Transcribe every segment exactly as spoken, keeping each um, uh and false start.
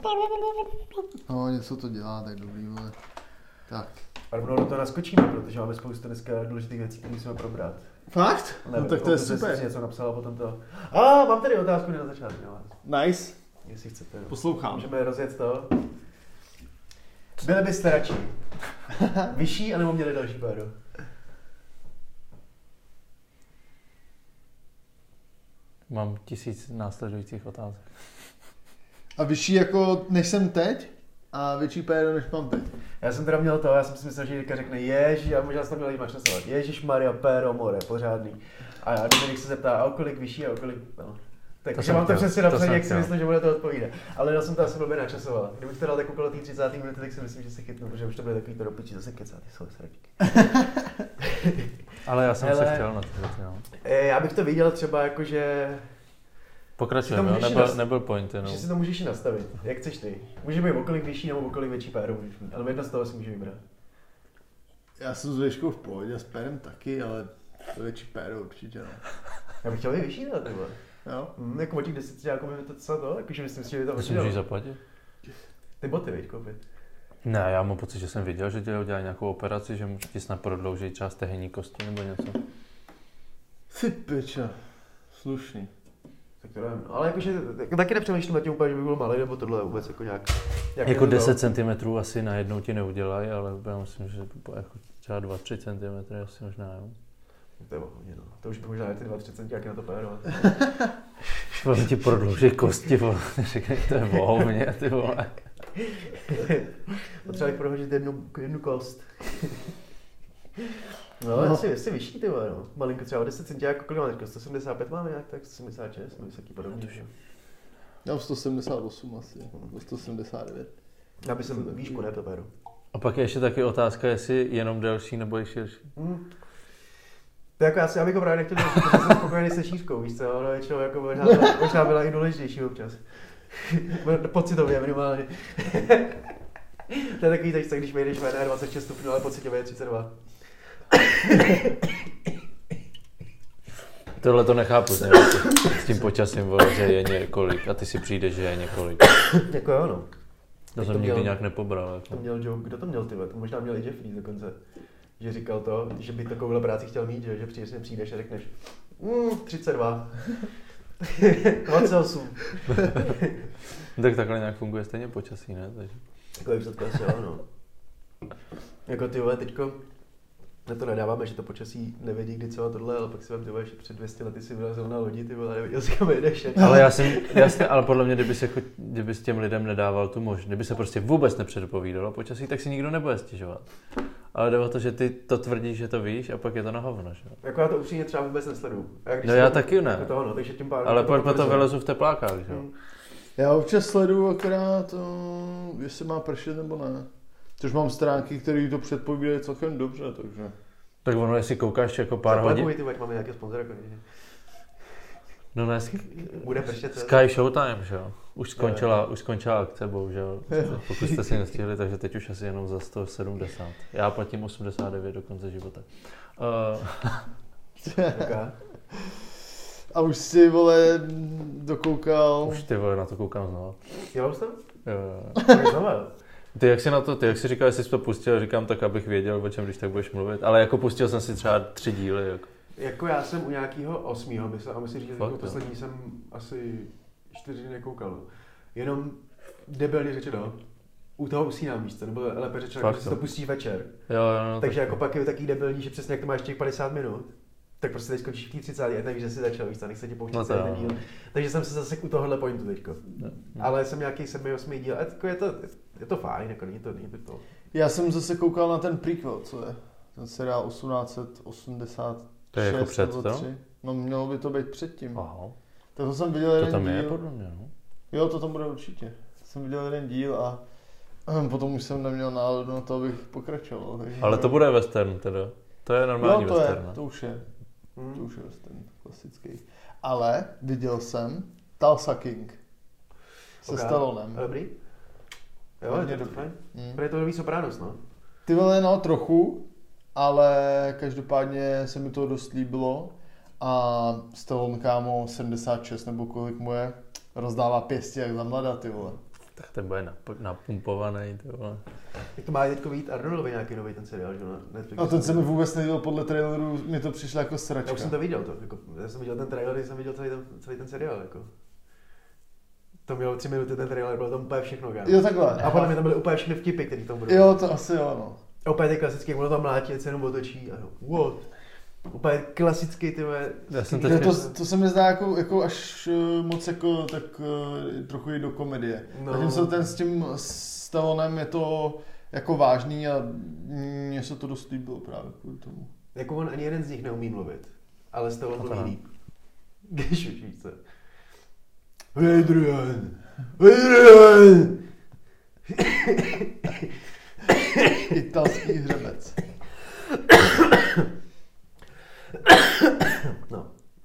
No, něco to dělá, tak dobrý, vole. Tak. A rovnou do toho naskočíme, protože máme spoustu dneska důležitých věcí, které musíme probrat. Fakt? Ne, no tak to je super. Jsi něco napsal a potom to... A ah, mám tady otázku na začátek. Nice. Jestli chcete. No. Poslouchám. Můžeme rozjet to. Byli byste radši vyšší, anebo měli další péro? Mám tisíc následujících otázek. A vyšší jako než jsem teď? A větší péro než mám teď? Já jsem teda měl to, já jsem si myslel, že Jirka řekne ježiš, a možná jsem to měl jít načasovat. Ježíš Maria, péro, more, pořádný. A Dominik se zeptá, a o kolik vyšší a o kolik, no. Takže mám to přesně napsané, jak si myslím, že bude to odpovídat. Ale já jsem to asi blbě načasoval. Kdybych to dal tak okolo té třicáté minuty, tak si myslím, že se chytnu, protože už to bude takový to do piči, zase kecá, ty jsou sračky. Ale já jsem Hele, se chtěl na to věci, no. Já bych to viděl třeba jako, že... Pokračujeme, jo? Nebyl, nastavit. nebyl point jenom. Že si to můžeš i nastavit, jak chceš ty. Může být okolik vyšší nebo okolik větší péro můžeš mít, ale jedno z toho si může vybrat. Já jsem s Věškou v pohodě, s pérem taky, ale to větší péro určitě, no. Já bych chtěl být vyšší, ale tyhle. Jo? Mm, jako od těch deset jako by to co to, jakože myslím si, že by to hodně. Můžeš zaplatit? Ty boty, viď, koupit. Ne, já mám pocit, že jsem viděl, že dělají nějakou operaci, že ti snad prodlouží třeba stehenní kosti nebo něco. Ty piča, slušný. Tak to nevím, ale jakože jako taky nepřemýšlím na tím úplně, že by byl malý, nebo tohle vůbec jako nějak... nějak jako deset centimetrů asi najednou ti neudělají, ale já myslím, že jako třeba dva tři centimetry asi možná, jo. To je hodně, no. To už bych možná ty dva tři centimetry na to péro. Oni ti prodlouží kosti, vole, řekne, to je vohovně, ty vole. Potřeba bych prohodit jednu, jednu kost. No, no. Asi, asi vyšší, ty vole, no. Malinko třeba o deset centiáků, kolik máme teďka? sto sedmdesát pět máme nějak, tak sto sedmdesát šest, no vysoký podobný. Já mám sto sedmdesát osm asi, sto sedmdesát devět. Já bych jsem výšku, ne to péro. A pak je ještě taky otázka, jestli jenom delší nebo i širší. Mm. To jako asi, já bych ho právě nechtěl dělat, protože jsem spokojený se šířkou, víš co, ono většinou jako možná byla, možná byla i důležitější občas. Pocitově minimálně. To je takový teď, když vejdeš v dvacet šest stupňů, ale pocitově je třicet dva. Tohle to nechápu, ne? S tím počasím, vole, že je několik a ty si přijdeš, že je několik. Jako jo, no. To jsem nikdy nějak nepobral. Jako. To měl Joe, kdo to měl, ty? To možná měl i Jeffrey dokonce. Že říkal to, že by takovouhle práci chtěl mít, že, že přijdeš, přijdeš a řekneš mm, třicet dva, dvacet osm. Tak takhle nějak funguje stejně počasí, ne? Takže... Takové výsledky asi jo, no. Jako ty vole, teďko na to nadáváme, že to počasí nevědí kdy co a tohle, ale pak si vám ty vole, že před dvě stě lety si vylezl na lodi, ty vole, nevěděl si kam jedeš. Ale já jsem, jasně, ale podle mě, kdyby se jako, kdyby s těm lidem nedával tu možnost, kdyby se prostě vůbec nepředpovídalo počasí, tak si nikdo nebude stěžovat. Ale jde o to, že ty to tvrdíš, že to víš a pak je to na hovno, že? Jako já to upřímně třeba vůbec nesleduju. No já taky ne. Toho, no, takže tím pádem ale proto to vylezu v teplákách, že jo? Hmm. Já občas sleduju akorát, jestli má pršet nebo ne. Což mám stránky, které to předpovídají celkem dobře, takže... Tak ono, jestli koukáš jako pár hodin... Zaplavuj, ty veď máme nějaké sponzory, konečně. No ne, bude pršet. Sky Showtime, že jo? Už skončila, už skončila akce, bohužel. Pokud jste si nestihli, takže teď už asi jenom za sto sedmdesát. Já platím osmdesát devět do konce života. Uh... A už si, vole, dokoukal... Už ty, vole, na to koukám znova. Dělal jsi to? Jo, jo. Ty jak jsi na to, ty jak jsi říkal, jestli jsi to pustil, říkám tak, abych věděl, o čem když tak budeš mluvit, ale jako pustil jsem si třeba tři díly. Jako, jako já jsem u nějakého osmýho myslel a musím říct, že jako poslední jsem asi čtyři nekoukal. Jenom debilně řečeno, u toho usínám víc, nebo lépe řečeno, když si to pustíš večer. Jo, jo, no, takže tak jako pak je takový debilní, že přesně jak to máš těch padesát minut, tak prostě teď skončíš v té třicáté a nevíš, že jsi začal, víš co, nechce tě pouštět no celý ten díl. Takže jsem se zase u tohohle pointu teďko. No, no. Ale jsem nějaký sedmý, osmý díl a jako je, to, je to fajn, jako není to, není to to. Já jsem zase koukal na ten prequel, co je, ten seriál osmnáct osmdesát šest. To je jako před to? No mělo by to být předtím. Aha. Tak to jsem viděl jeden díl. To tam díl. Je podle mě, no? Jo, to tam bude určitě. Jsem viděl jeden díl a potom už jsem neměl náladu na to, abych pokračoval. Takže ale to bude western teda? To je normální jo, to western, je, to už je. Hmm. To už je western, klasický. Ale viděl jsem Tulsa King se okay. Stallonem. Dobrý? Jo, je to fajn. Hmm. Je to nový Sopranos, no? Ty vole, no trochu, ale každopádně se mi to dost líbilo a Stallone, kámo, sedmdesát šest nebo kolik mu je, rozdává pěstí jak za mladá, ty vole. Tak ten bude napumpovaný, to vole. Jak to má teďko vyjít Arnoldovi nějaký nový ten seriál, že na Netflixu? A ten se mi vůbec nedělal podle traileru, mi to přišlo jako sračka. Já už jsem to viděl, to, jako, já jsem viděl ten trailer, když jsem viděl celý ten, celý ten seriál, jako. To mělo tři minuty ten trailer, bylo tam úplně všechno, kámo. Jo, takhle. A podle mě tam byly úplně všechny vtipy, které tam budou. Jo, to asi jo, no. A úplně ty klasický, ono tam mlátí, se jenom otočí a jo, what? Úplně klasický, ty vole. To, to se mi zdá jako, jako až uh, moc jako, tak uh, trochu i do komedie. No. Zatímco ten s tím Stallonem je to jako vážný a mně se to dost líbilo právě kvůli tomu. Jako on ani jeden z nich neumí mluvit, ale Stallone mluví líp. Když už víš co. Adrian! Adrian! Italský hřebec. No.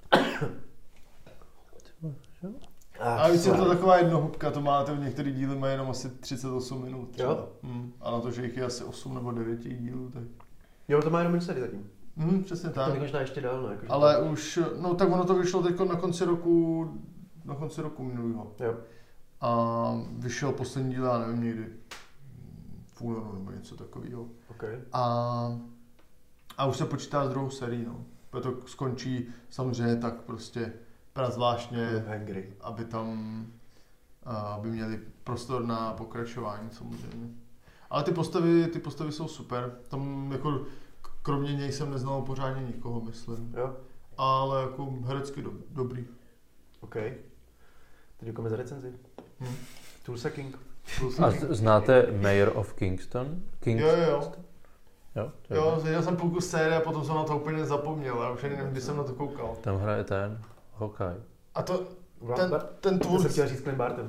A víc je to taková jednohubka, to máte v některých díly mají jenom asi třicet osm minut. Třeba. Jo? Hmm. A na to, že jich je asi osm nebo devět dílů, tak... Jo, to má jenom insedy zatím. Hmm, přesně tak. To bych možná ještě dál, no. Jako, ale to... už, no tak ono to vyšlo teď na konci roku, na konci roku minulého. Jo. A vyšel poslední díl, já nevím, někdy v únoru nebo něco takového. Okay. A, a už se počítá s druhou sérií, no. Protože to skončí samozřejmě tak prostě prazvláštně, aby tam aby měli prostor na pokračování samozřejmě. Ale ty postavy, ty postavy jsou super. Tam jako kromě něj jsem neznal pořádně nikoho, myslím. Jo. Ale jako herecky do, dobrý. OK. Teď děkujeme za recenzi. Hmm. Tulsa King. A znáte Mayor of Kingston? Kingston? Jo, jo. Jo, jo viděl jsem půlku série a potom jsem na to úplně zapomněl. Já už ani nevím, kdy jsem na to koukal. Tam hraje ten Hawkeye. A to, ten, ten tvůrce... To jsem chtěl říct Clint Barton.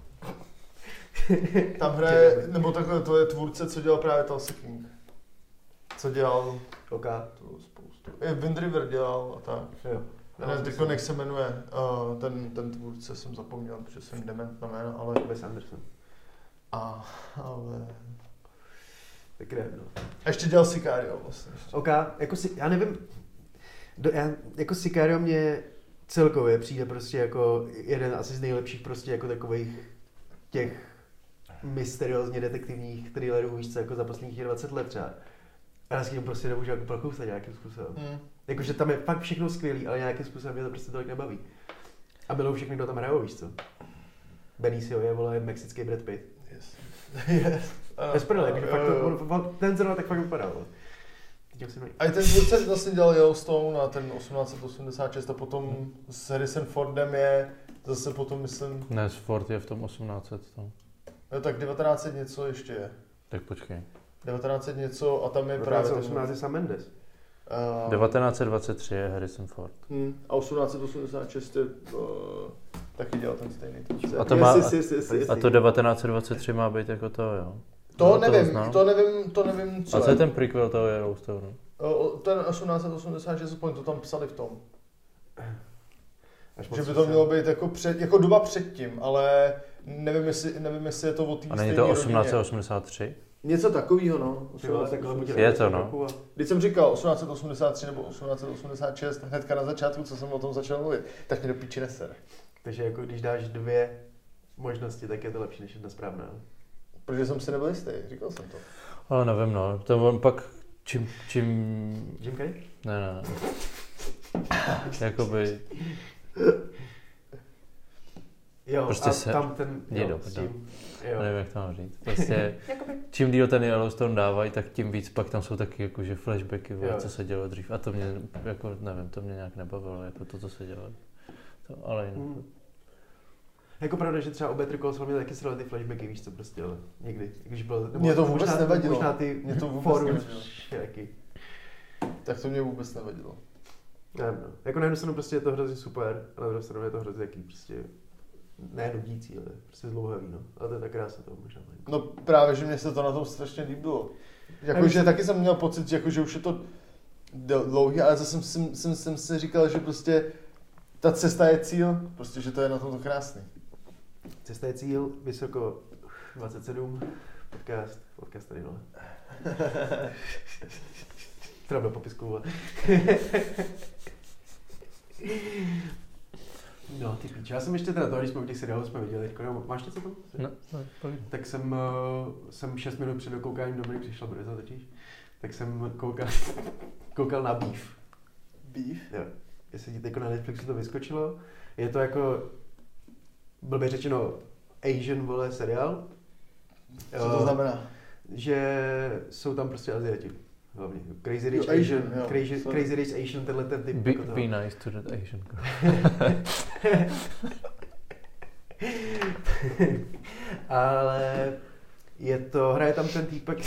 Tam hraje, nebo takhle, to je tvůrce, co dělal právě Tulsa King. Co dělal... OK. To spoustu. I Wind River dělal a tak. Jo. Já nevím, teďko jak se jmenuje, uh, ten, ten tvůrce jsem zapomněl, protože jsem dement na jméno, ale... Wes Anderson. A, ale... Tak ne, no. A ještě dělal Sicario vlastně. OK, jako si, já nevím, do, já, jako Sicario mě celkově přijde prostě jako jeden asi z nejlepších prostě jako takových těch mysteriózně detektivních thrillerů, víš co, jako za posledních dvacet let třeba. A já s tím prostě nemůžu jako prokousat nějakým způsobem. Mm. Jakože tam je fakt všechno skvělý, ale nějakým způsobem mě to prostě tolik nebaví. A bylo všechny, kdo tam hrajou, víš co. Benicio je, vole, mexický Brad Pitt. Yes. yes. Bez prdele, jakože fakt to, ten zrovna tak fakt vypadal. A i ten tvůrce vlastně dělal Yellowstone a ten osmnáct osmdesát šest a potom hmm. s Harrison Fordem je zase potom myslím... Ne, Ford je v tom osmnáct set. To. Jo, tak devatenáct set něco ještě je. Tak počkej. devatenáct set něco a tam je právě... osmnáct je Sam Mendes. Uh, devatenáct set dvacet tři je Harrison Ford. Hmm. A osmnáct osmdesát šest je... Uh, taky dělal ten stejný tvůrce. A to, má, yes, yes, yes, yes, a to devatenáct set dvacet tři má být jako to, jo? To no, nevím, to, to nevím, to nevím, co a co je ten prequel toho Yellowstone? Ten osmnáct osmdesát šest, to tam psali v tom. Až že by to mělo být jako, před, jako doba předtím, ale nevím, jestli, nevím, jestli je to o té stejné rodině. A není to osmnáct osmdesát tři? Něco takového, no. Je to, no. Když jsem říkal osmnáct osmdesát tři nebo osmnáct osmdesát šest, hnedka na začátku, co jsem o tom začal mluvit, tak mě do píči nesere. Takže jako když dáš dvě možnosti, tak je to lepší než jedna správná. Protože jsem si nebyl jistý, říkal jsem to. Ale nevím, no. To on pak čím... čím... Jim Carrey? Ne, ne, ne. Jakoby... Jo, prostě a se... tam ten... Jo, jo, tím, jo. Nevím, jak to mám říct. Prostě čím díl ten Yellowstone dávají, tak tím víc pak tam jsou taky jakože flashbacky, vole, co se dělo dřív. A to mě, jako nevím, to mě nějak nebavilo, jako to, co se dělo. To, ale jinak. Mm. Jako pravda, že třeba o Better Call Saul mě taky srali ty flashbacky, víš co, prostě, ale někdy, když bylo... Mě to vůbec možná, nevadilo. Možná ty mě to vůbec forum nevadilo. Jaký. Tak to mě vůbec nevadilo. Nevím, no. Jako na jednu stranu prostě je to hrozně super, a na druhou stranu je to hrozně jaký prostě... Ne nudící, ale prostě zdlouhavý, no. Ale to je ta krása toho možná. No právě, že mě se to na tom strašně líbilo. Jakože taky jsem měl pocit, jako, že už je to dlouhý, ale zase jsem, jsem, jsem si říkal, že prostě ta cesta je cíl, prostě, že to je na tomto krásný. Cesta je cíl, vysoko dvacet sedm, podcast, podcast tady, no. Třeba do popisku. No, ty píče. Já jsem ještě teda to, když jsme u těch seriálů jsme viděli. No, máš něco tam? No, no, tak jsem, uh, jsem šest minut před dokoukáním Dominik přišla brzo totiž. Tak jsem koukal, koukal na Beef. Beef? Jo. Jestli ti teď na Netflixu to vyskočilo. Je to jako, blbě řečeno, Asian, vole, seriál. Co to znamená? Že jsou tam prostě Aziati. Hlavně. Crazy Rich jo, Asian, Asian jo, crazy, crazy Rich Asian, tenhle ten typ. Be, jako be nice to that Asian girl. Ale je to, hraje tam ten týpek.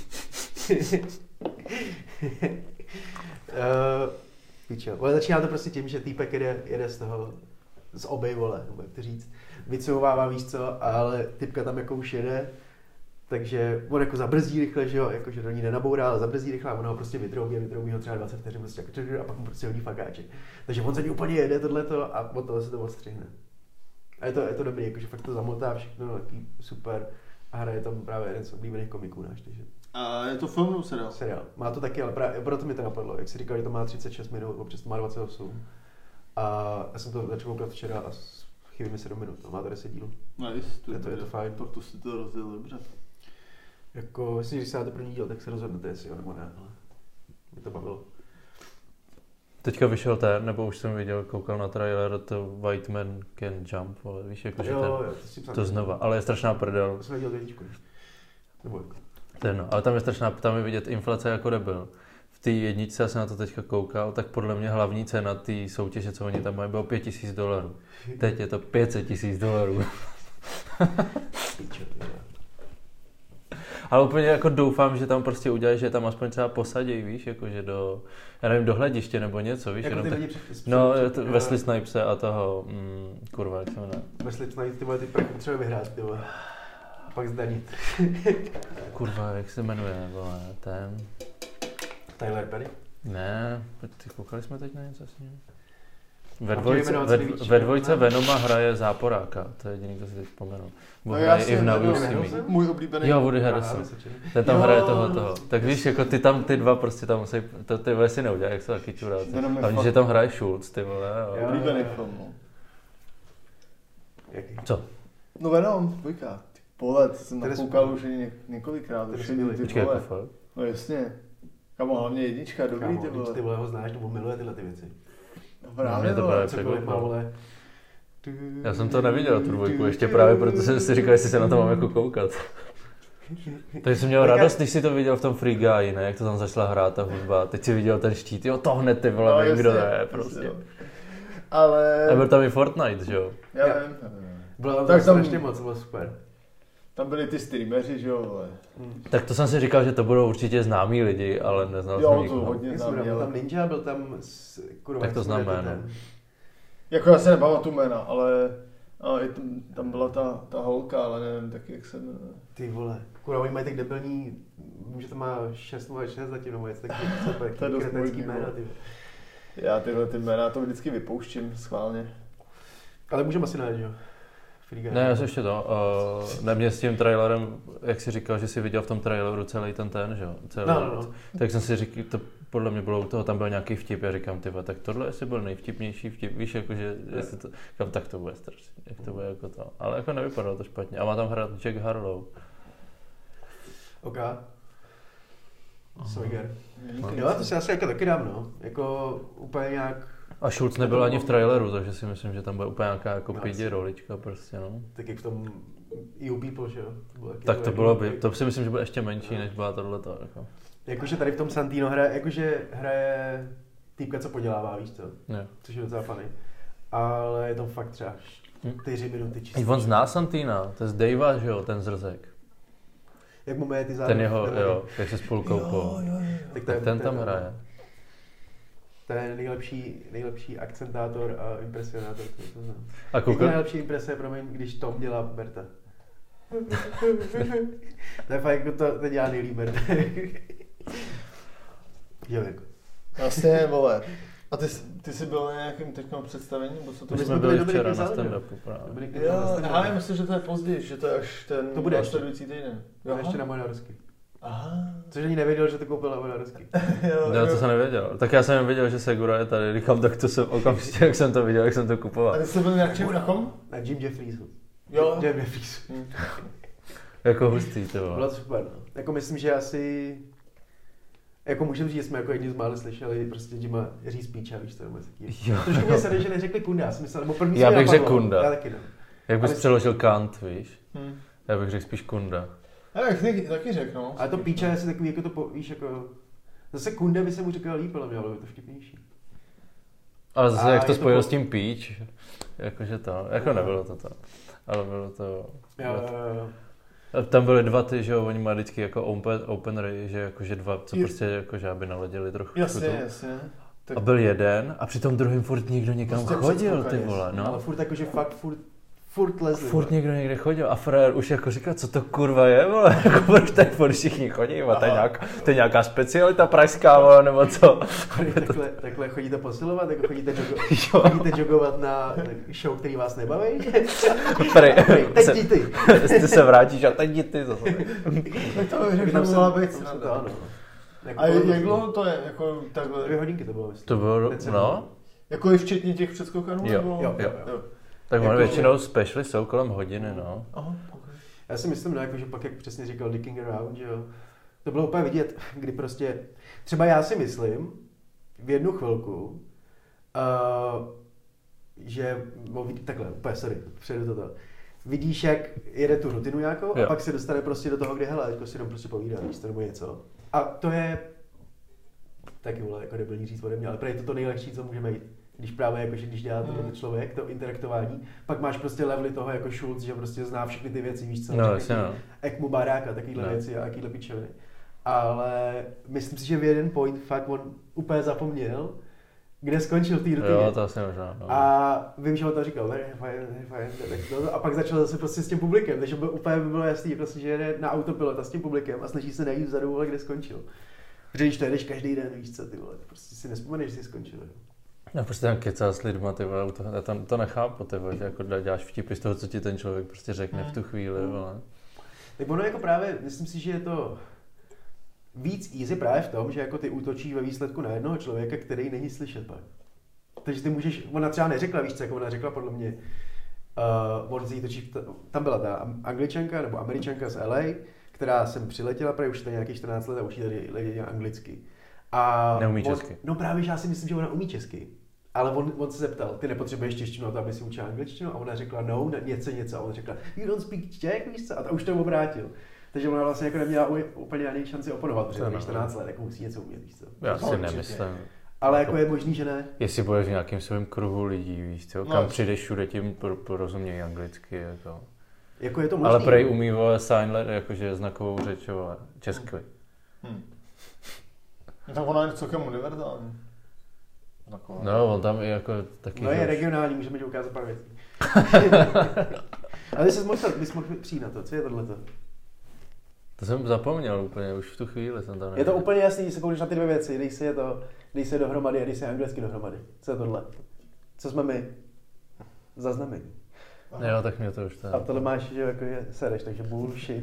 uh, Píčo. Ale začíná to prostě tím, že týpek jede, jede z toho, z obej, vole, nebo jak to říct, vycouvává, víš co, ale typka tam jako už jede, takže on jako zabrzdí rychle, že jo, jakože do ní nenabourá, ale zabrzdí rychle a ono ho prostě vytroubí a vytroubí ho třeba dvacet vteřin prostě jako, a pak mu prostě hodí fagáček. Takže on za ní úplně jede tohleto a od toho se to odstřihne. A je to, je to dobrý, jakože fakt to zamotá všechno, taký super a hraje tam právě jeden z oblíbených komiků náš, takže. A je to film nebo seriál? Seriál. Má to taky, ale právě proto mi to napadlo. Jak jsi říkal, že to má třicet šest minut, občas to má dvacet osm. A já jsem to začal koukat včera a chybí mi sedm minut a má to deset dílů. Nice, to je, to, je to fajn. Proto si to rozdělil dobře. Jako, myslím, že když se dáte první díl, tak se rozhodnete, jestli jo nebo ne, ale mě to bavilo. Teďka vyšel ten, nebo už jsem viděl, koukal na trailer, to White Man Can Jump, ale víš, jakože ten, jo, to, to znova, ale je strašná prdel. To jsem viděl jedničku, nebo jako. Ten, no, ale tam je strašná, tam je vidět inflace jako debil. V té jedničce, já jsem na to teďka koukal, tak podle mě hlavní cena té soutěže, co oni tam mají, bylo pět tisíc dolarů. Teď je to pět set tisíc dolarů. Ale úplně jako doufám, že tam prostě udělají, že tam aspoň třeba posadí, víš, jakože do, já nevím, do hlediště nebo něco, víš, jako jenom tak, před, no, to, Wesley Snipese a toho, mm, kurva, jak se jmenuje. Wesley Snipes, ty vole, ty pak potřebuje vyhrát, ty vole. Pak zdanit. Kurva, jak se jmenuje, vole, ten. Tyler Perry? Ne, ty koukali jsme teď na něco s ním? Ve dvojce, ve, ve dvojce Venoma hraje záporáka, to je jediný, kdo si teď vzpomenul. No hraje i v Now You See Me. Můj oblíbený. Jo, Woody Harrelson. Ten tam jo, hraje toho, toho. Tak víš, jako ty tam, ty dva prostě tam musí, to ty vole si neudělají, jak jsou taky čuráci. Hlavně, že tam hraje Schultz, ty vole. Jo, oblíbený film, no. Jaký? Co? No Venom, dvojka. Ty vole, jsem nakoukal už ně, několikrát. Počkej, jako fakt? No jasně. Kamo, hlavně jednička, dobrý ty vole. Ty vole ho znáš, nebo miluje tyhle ty věci. Právě to vole, cokoliv má, vole. Já jsem to neviděl, tu dvojku, ještě právě proto jsem si říkal, jestli se na to mám jako koukat. Takže jsem měl radost, když si to viděl v tom Free Guy, ne, jak to tam začala hrát ta hudba. Teď si viděl ten štít, jo, to hned ty vole, no, nevím, kdo to je, prostě. Jasně. Ale... A byl tam i Fortnite, že jo? Já vím. Bylo tam tak strašně moc, bylo super. Tam byli ty streameři, že jo, vole. Hmm. Tak to jsem si říkal, že to budou určitě známí lidi, ale neznal jo, jsem nikoho. Jo, to hodně známí, byl tam Ninja, byl tam s, kurva, tak to znám jméno. Jako já se nepamatuju jména, ale a i tam, tam byla ta, ta holka, ale nevím taky, jak se jmenuje. Ty vole, kurva, oni mají tak debilní, vím, že to má šest nula šest zatím, nebo něco taky, to je dost kretenský jména, ty. Já tyhle ty jména to vždycky vypouštím schválně. Ale můžeme asi najít, jo? Ne, já ještě to, uh, ne, mě s tím trailerem, jak jsi říkal, že jsi viděl v tom traileru celý ten ten, že jo, celý, no, no, no. Tak jsem si říkal, to podle mě bylo u toho, tam byl nějaký vtip, já říkám, tyva, tak tohle jestli byl nejvtipnější vtip, víš, jakože, jestli to, říkám, tak to bude strašně, jak to bude jako to, ale jako nevypadalo to špatně, a má tam hrát Jack Harlow. OK. Sawyer. Jo, to si asi jako taky dám, no, jako úplně nějak. A Schultz nebyl ani v traileru, takže si myslím, že tam bude úplně nějaká jako no, pidi rolička prostě, no. Tak jak v tom E U People, že jo? To tak to bylo by, to si myslím, že bude ještě menší, no. Než byla tohleto, jako. Jakože tady v tom Santino hraje, jakože hraje týpka, co podělává, víš co? Jo. Což je docela funny. Ale je to fakt třeba čtyři minuty čistě. I on zná Santina, to je z Davea, že jo, ten zrzek. Jak mu mají ty zároveň? Ten jeho, jo, jak se spolu koupil. Tak, tak ten tam hraje. To je nejlepší, nejlepší akcentátor a impresionátor, který to znám. A koukal... nejlepší imprese, promiň, když Tom dělá Berta. To je fakt, jako to, to dělá nejlíp Berta. Jo, jako. Vlastně, vole. A ty, ty jsi byl na nějakém teďkom představení? Nebo co to My jsme byli včera na stand-upu právě. Já myslím, že to je později, že to je až ten to bude následující týden. To ještě na Mojnorsky. Aha. Což ani nevěděl, že to koupil na Vodárovský. No, to jsem nevěděl. Tak já jsem věděl, že Segura je tady. Říkám, tak to jsem okamžitě, jak jsem to viděl, jak jsem to kupoval. A ty jsi byl na čem, na kom? Na Jim Jeffries. Jo. Jim Jeffries. Jako hustý, to bylo. Bylo to super, no. Jako myslím, že asi... Jako můžeme říct, že jsme jako jedni z máli slyšeli prostě Jima říct píča, víš co, nebo taky. Trošku mě sede, že neřekli Kunda, já jsem myslel, nebo první já bych řekl Kunda. Já taky ne. Jak bys ale přeložil Kant, víš? Hmm. Já bych řekl spíš Kunda. Já bych taky, taky řekl, no. Ale to píča je asi takový, jako to, po, víš, jako... Zase Kunda by se mu říkal líp, ale mě bylo by to vtipnější. Ale zase, a jak to spojil to s tím píč, jakože to, jako nebylo to to. Ale bylo to... Jo, jo, jo. Tam byly dva ty, že jo, oni mají vždycky jako open, openery, že jakože dva, co prostě jakože aby naladili trochu. Jasně, jasně. Tak... A byl jeden a při tom druhém furt někdo někam prostě chodil, ty vole, no. Ale furt jakože fakt furt, furt lezli. Furt někdo někde chodil a frajer už jako říkal, co to kurva je, vole, jako proč tady furt všichni chodí, a to je, nějak, to je nějaká specialita pražská, vole, nebo co. takhle, takhle chodíte posilovat, jako chodíte, jogo, chodíte jogovat na show, který vás nebaví? Prej, teď se, ty. Ty se vrátíš a teď ty to. Tak to by mohla být. To ano. A jak dlouho to je, jako takhle? Dvě hodinky to bylo, myslím. To bylo, no. Jako i včetně těch předskokanů? Jo, nebo? jo, jo. jo. Tak jako, většinou specialy jsou kolem hodiny, no. Aha, okay. Já si myslím, no, jako, že pak, jak přesně říkal Dicking Around, že jo, to bylo úplně vidět, kdy prostě, třeba já si myslím, v jednu chvilku, uh, že, no, takhle, úplně, sorry, přejdu toto, vidíš, jak jede tu rutinu nějakou jo. A pak se dostane prostě do toho, kde, hele, jako si jenom prostě povídá, víš, to nebo něco. A to je, taky vole, jako debilní říct ode mě, ale právě je to to nejlehčí, co můžeme jít. Když právě jakože když dělá to mm. člověk, to interaktování, pak máš prostě levely toho jako Schulz, že prostě zná všechny ty věci, víš co, no, jasně, no. Ekmu Barák a takovýhle no. věci a jakýhle pičoviny. Ale myslím si, že v jeden point fakt on úplně zapomněl, kde skončil v té rutině. Jo, to asi možná. No. A vím, že on to říkal, very fine, very fine, a pak začal zase prostě s tím publikem, takže byl, úplně by bylo jasný, prostě, že jede na autopilota s tím publikem a snaží se najít vzadu, ale kde skončil. Protože když to jedeš každý den, víš co, ty vole, prostě si nespomeneš, že jsi skončil. No prostě tam kecá s lidma, ty vole, to, já to, to nechápu, ty vole, že jako děláš vtipy z toho, co ti ten člověk prostě řekne v tu chvíli, vole. Tak ono jako právě, myslím si, že je to víc easy právě v tom, že jako ty útočíš ve výsledku na jednoho člověka, který není slyšet pak. Takže ty můžeš, ona třeba neřekla, víš co, jako ona řekla podle mě, uh, on si točí, tam byla ta Angličanka nebo Američanka z L A, která sem přiletěla, právě už je to nějakých čtrnáct let a učí tady lidi anglicky. A neumí on, česky. No právě, že já si myslím, že ona umí česky. Ale on, on se zeptal, ty nepotřebuješ češtinu na to, aby si učila angličtinu? A ona řekla, no, něco, něco. A on řekla, you don't speak Czech, víš co? A už to obrátil. Takže ona vlastně jako neměla úplně ani šanci oponovat, protože to je čtrnáct let, jako musí něco umět, víš co? Já si nemyslím. Ale jako je možný, že ne. Jestli budeš v nějakém svém kruhu lidí, víš co? Kam no. přijdeš, všude tím porozumějí anglicky, jako. Jako je to možný. Ale prej umí, vole, sign letter, jakože znakovou řeč, vole, česky. Hmm. Tak ona je celkem univerzální. Znaková. No, on tam i jako taky... No je regionální, můžeme ti ukázat pár věcí. Ale jsi mohl, bys mohl přijít na to, co je tohleto? To jsem zapomněl úplně, už v tu chvíli jsem tam nevěděl. Je to úplně jasný, když se koukneš na ty dvě věci, když se je to, když se je dohromady a když se je anglicky dohromady. Co je tohle? Co jsme my? Zaznamy. Jo, tak mě to už to... A tohle máš, že jako je sereš, takže bullshit.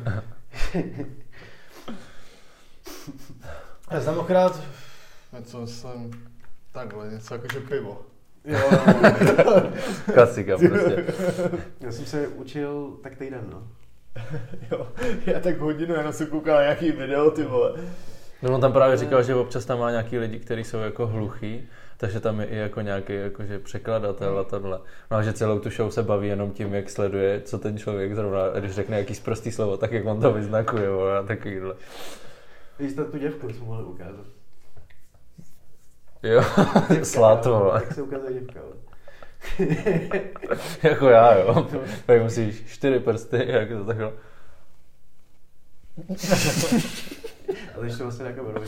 Já jsem okrát něco jsem takhle, něco jakože pivo. Jo, klasika prostě. Já jsem se učil tak týden, no. Jo, já tak hodinu jenom se koukal na nějaký video, ty vole. No on tam právě říkal, že občas tam má nějaký lidi, kteří jsou jako hluchý, takže tam je i jako nějaký jakože překladatel a tohle. No a že celou tu show se baví jenom tím, jak sleduje, co ten člověk zrovna, když řekne jaký sprostý slovo, tak jak on to vyznakuje, vole, a takovýhle. Víš, tu děvku jsme mohli ukázat. Jo, sláto, vole. Jak se ukazuje děvka, vole. Jako já, jo. Tak musíš čtyři prsty, jak to takhle. Ale ještě vlastně na kameru.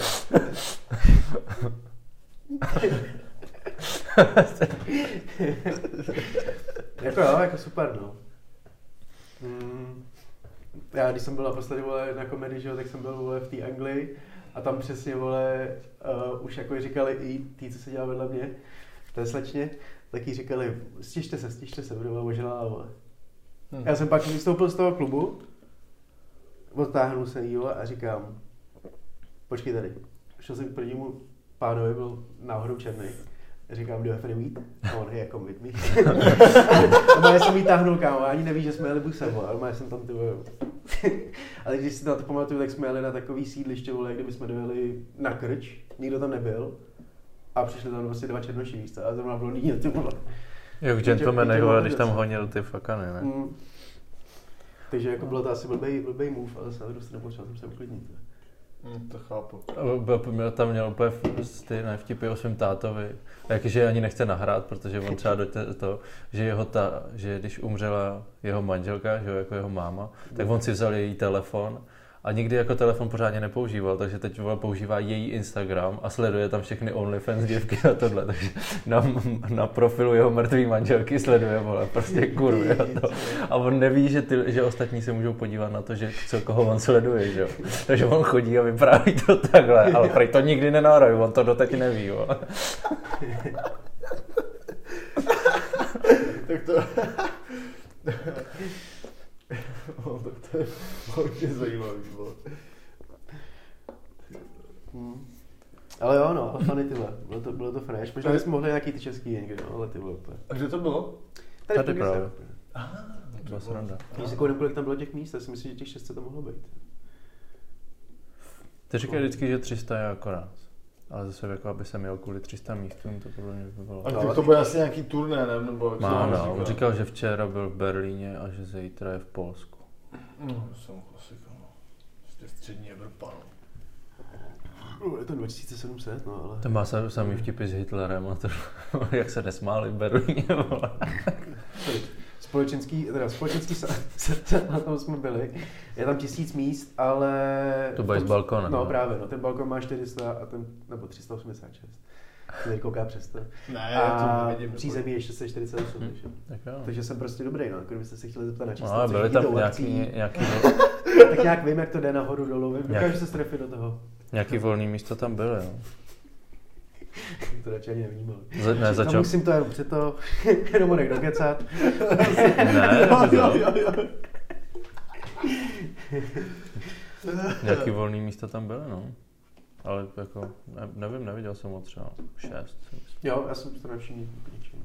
Jako jo, jako super, no. Mm. Já když jsem byl naposledy, vole, na komedii, že jo, tak jsem byl, vole, v té Anglii a tam přesně, vole, uh, už jako říkali i tí, co se dělá vedle mě, v té slečně, tak jí říkali, stište se, stište se, budu ožralá, vole. Hmm. Já jsem pak vystoupil z toho klubu, odtáhnu se jí a říkám, počkej tady, šel jsem k prvnímu pánovi, byl náhodou černý. Říkám, do F N Meet? A on, hey, come with me. A já jsem jí táhnul, kámo, ani neví, že jsme jeli busem, ale já jsem tam ty vole. Ale když si na to pamatuju, tak jsme jeli na takový sídliště, vole, kdyby jsme dojeli na Krč, nikdo tam nebyl. A přišli tam vlastně dva černoši místa, a zrovna v Londýně, ty vole. Jo, v Gentlemanech, když tam honil ty fakany, ne? Mm. Takže jako bylo to asi blbej, blbej move, ale zase na druhou stranu potřeboval jsem se uklidnit. Hmm, to chápu. Byl tam měl úplně stejné vtipy o svém tátovi. Jakže ani nechce nahrát, protože on třeba do toho, že jeho ta, že když umřela jeho manželka, že jako jeho máma, tak on si vzal její telefon a nikdy jako telefon pořádně nepoužíval, takže teď používá její Instagram a sleduje tam všechny OnlyFans děvky a tohle, takže na, na profilu jeho mrtvý manželky sleduje, vole, prostě kurvy a to. A on neví, že, ty, že ostatní se můžou podívat na to, že co, koho on sleduje, že jo. Takže on chodí a vypráví to takhle, ale prej to nikdy nenahrají, on to doteď neví, vole. Tak to... No, tak to je hodně zajímavý, vole. Hmm. Ale jo, no, fany ty vole, bylo to, bylo to fresh. Možná bychom mohli nějaký ty český někdy, no, ale ty vole úplně. A kde to bylo? Tady, Tady právě. Aha, to byla sranda. Když se koukám, kolik tam bylo těch míst, já si myslím, že těch šest set to mohlo být. Ty říkají vždycky, že tři sta je akorát. Ale zase jako, aby jsem jel kvůli tři sta místům, to podle mě by bylo. A no, to bude asi nějaký turné, ne? Nebo má, no, on říkal, že včera byl v Berlíně a že zítra je v Polsku. No, jsem klasika, no. Jste střední Evropa, no. Je to dva tisíce sedm set, no, ale... Ten má samý vtipy s Hitlerem a to, jak se nesmáli v Berlíně, vole. Společenský, teda společenský na tom jsme byli. Je tam tisíc míst, ale... To bude z balkona. No právě, no, ten balkon má čtyři sta a ten, nebo tři sta osmdesát šest. Tady kouká přes to. Ne, a to nevidím. Přízemí je šest set čtyřicet osm, hmm. takže. Tak takže jsem prostě dobrý, no, kdybyste se chtěli zeptat na číslo, no, byli tam nějaký, nějaký tak nějak vím, jak to jde nahoru dolů, vím, dokážu se strefit do toho. Nějaký volný místo tam byly, jo. To radši ani nevnímal. Ne, začal... No, musím to jenom před to, jenom ho někdo kecat. Ne, jo, jo, jo, jo. Nějaký volný místa tam byly, no. Ale jako, ne, nevím, neviděl jsem ho třeba šest. Jo, já jsem to nevšiml ničím.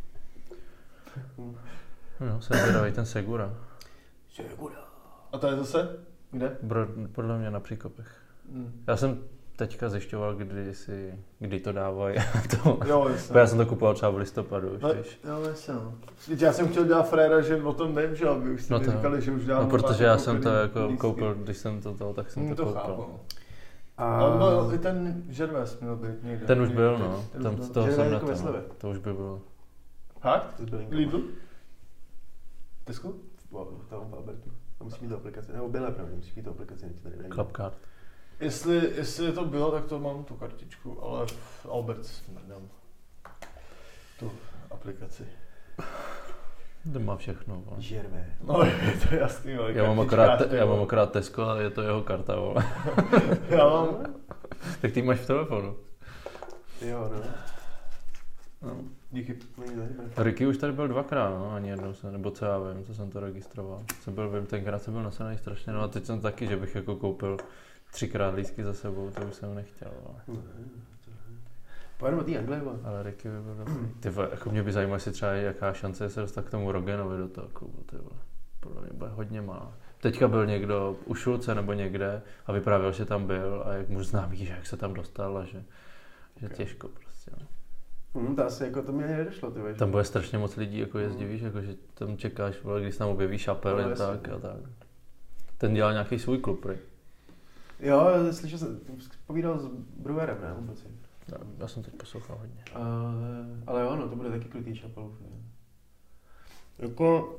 No, jsem zvědavý ten Segura. Segura. A to je zase? Kde? Bro, podle mě na Příkopech. Hmm. Já jsem teďka zjišťoval, kdy, si, kdy to dávají. To, jo, já jsem to kupoval třeba v listopadu, už, no, víš. Jo, jasně, no. Já jsem chtěl dělat fréra, že o tom nevím, že aby už jste no mi říkali, že už dávám. No, protože já jsem to jako koupil, když jsem to to, tak jsem hmm, to, to koupil. Chápu. A no, i ten Žerves měl být někde. Ten už byl, no. Ten Tam, už toho jsem jako na to už by bylo. Fakt? Lidl? Tesco? Tam v Albertu. Tam musí mít to aplikaci, nebo Bile pravdě, musí mít to aplikaci, než tady nejde. Clubcard. Jestli, jestli to bylo, tak to mám tu kartičku, ale v Alberts nedám tu aplikaci. To má všechno, vole. Žervé. No, je to jasný, vole. Já mám akorát, te, já mám akorát Tesco, ale je to jeho karta, vole. Já mám. Tak ty máš v telefonu. Jo, no. No, díky. Ricky už tady byl dvakrát, no, ani jednou se, nebo co já vím, co jsem to registroval. Jsem byl, vím, tenkrát jsem byl nasaný strašně, no a teď jsem taky, že bych jako koupil třikrát lístky za sebou, to už jsem nechtěl, ale. Pojedeme do té Anglie, ale Ricky by byl dobrý. Ty vole, jako mě by zajímalo, jestli třeba jaká šance je se dostat k tomu Roganovi do toho klubu, ty vole. Podle mě bude hodně málo. Teďka byl někdo u Šulce nebo někde a vyprávěl, že tam byl a jak mu známý, že jak se tam dostal a že, že okay. Těžko prostě. No. Mm, to asi jako to mě nedošlo, ty víš. Tam bude strašně moc lidí, jako jezdí, mm. víš, jako že tam čekáš, vole, když se tam objeví Šapel jen tak a tak. Ten dělal nějaký svůj klub, prý. Jo, slyšel jsem, povídal s Brewerem, ne, vůbec. Já, já jsem teď poslouchal hodně. Ale, ale jo, no, to bude taky klidný Šapelův. Jako...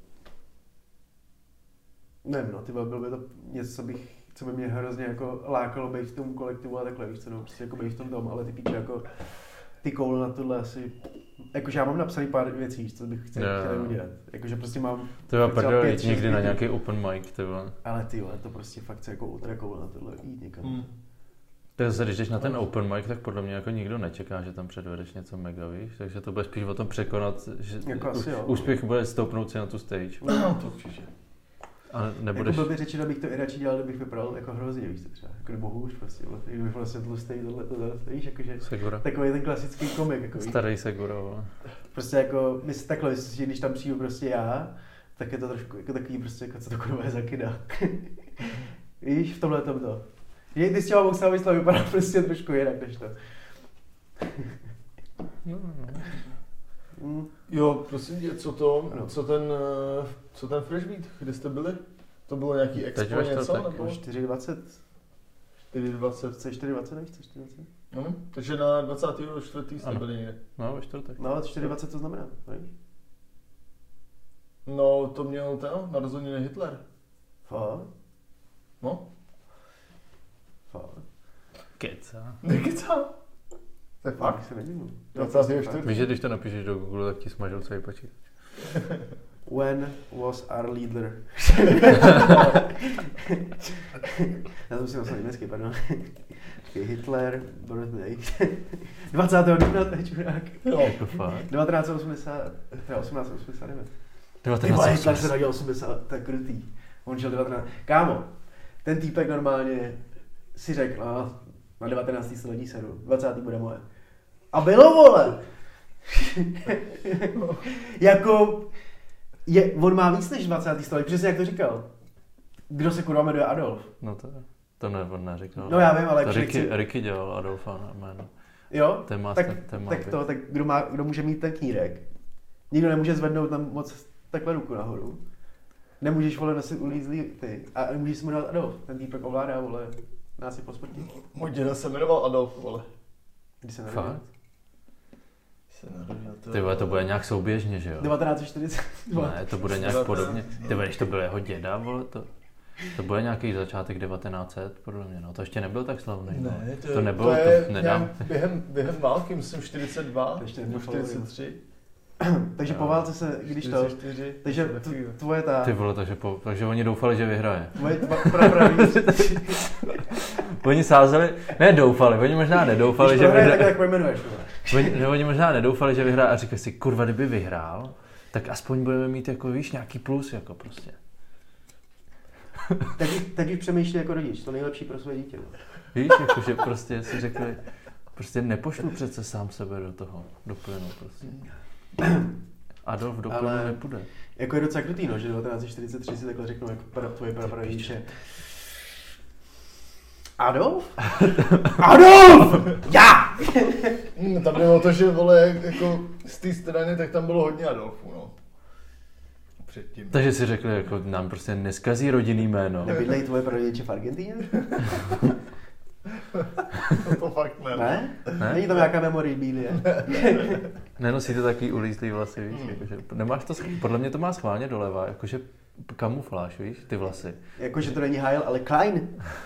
Nevím, no, ty byl by to něco, co bych, co by mě hrozně jako lákalo být v tom kolektivu a takhle, víš co, no, prostě jako být v tom tom, ale ty píče jako ty koule na tohle asi, jakože já mám napsaný pár věcí, co bych chtěl, yeah. chtěl udělat, jakože prostě mám... Ty jo, prdel, jít někdy na nějaký open mic, ty vole. Ale ty vole, to prostě fakt chce jako ultra koule na tohle, jít někam. Mm. Takže když jdeš na ten open mic, tak podle mě jako nikdo nečeká, že tam předvedeš něco mega, víš, takže to bude spíš o tom překonat, že jako asi, jo. úspěch bude stoupnout si na tu stage. No, to určitě. Ale nebudeš... Jako blbě řečeno bych to i radši dělal, kdybych vypadal jako hrozně, víš to třeba, jako nebo hůř prostě, kdybych vlastně tlustý, tohle, tohle, víš, jakože Segura. Takový ten klasický komik, jako Starý Segura. Prostě jako, myslím takhle, myslím, že když tam přijdu prostě já, tak je to trošku jako takový prostě, jako co to kurva je za kida. Víš, v tomhle tom to. Že ty s těma boxama myslela vypadá prostě trošku jinak než to. No, no. Mm. Jo, prosím tě, co to, no. co ten, co ten Fresh Beat, kde jste byli? To bylo nějaký expo něco, nebo? čtyři dvacet. čtyři dvacet. C čtyři dvacet, nevíš, C čtyři dvacet? No, takže na dvacátého čtvrtého jste byli někde. No, ve čtvrtek. No, čtyři dvacet to znamená, nevíš? No, to měl ten, narozeniny Hitler. Fakt? No. Fakt? Keca. Nekecám. To je fakt, se nedivím. dvacátého čtvrtého Víš, že když to napíšeš do Google, tak ti smažou celý počítač. When was our leader? Já to musím napsat německy, pardon. Hitler, birthday. dvacátého dubna, to je čurák. Jo, to fakt. devatenáct set osmdesát, to je osmnáct set osmdesát devět. devatenáct set osmdesát devět. Hitler se rodil osmdesát, to je krutý. On žil devatenáct. Kámo, ten týpek normálně si řekl, no, na devatenáctém století sedu, dvacátého bude moje. A bylo, vole! Jako, je, on má víc než dvacátého století, přesně jak to říkal. Kdo se kurva jmenuje Adolf? No to, to ne, on neříkal. No já vím, ale... To Ricky, Ricky dělal Adolfa na jméno. Jo? Ten má, tak, ten, ten má tak to, tak kdo, má, kdo může mít ten knírek? Nikdo nemůže zvednout tam moc takhle ruku nahoru. Nemůžeš, vole, nosit ulízlý ty. A nemůžeš se jmenovat Adolf. Ten týpek ovládá, vole, nás je po smrti. Můj děda se jmenoval Adolf, vole. Kdy se narodil? Fakt? Se narodil, to... Ty vole, to bude nějak souběžně, že jo? devatenáct set čtyřicet dva. Ne, to bude nějak podobně. Ty vole, když to byl jeho děda, vole, to... To bude nějaký začátek devatenáct set, podle mě, no to ještě nebyl tak slavný. Ne, to, to nebylo, to, je to nedám. Během, během války, myslím čtyřicet dva, ještě nebo čtyřicet tři. Takže po válce se, když to, takže tvoje ta... Ty vole, takže, po, takže oni doufali, že vyhraje. Tvoje prapraví... Oni sázeli, ne doufali, oni možná nedoufali, že vyhraje. Tak pojmenuješ, oni, oni možná nedoufali, že vyhraje a říkali si, kurva, kdyby vyhrál, tak aspoň budeme mít jako, víš, nějaký plus, jako prostě. Tak, tak už přemýšlí jako rodič, to nejlepší pro své dítě. Víš, jakože prostě si řekli, prostě nepošlu přece sám sebe do toho, do plynu prostě. Adolf do plynu ale nepůjde. Jako je docela krutý, no, že devatenáct set čtyřicet tři si takhle řeknou jako pra, tvoje prapravíče. Adolf? Adolf! Já! No, tam bylo to, že vole, jako z té strany, tak tam bylo hodně Adolfů, no. Předtím. Takže si řekli, jako nám prostě neskazí rodinný jméno. Nebydlejí tvoje prarodiče v Argentíně? to, to fakt ne. Ne? ne? Není tam nějaká memorabilie? Nenosíte takový ulízlý vlasy, víš? Hmm. Jakože, nemáš to, podle mě to má schválně doleva, jakože kamufláž, víš, ty vlasy. Jakože to není Heil, ale Klein.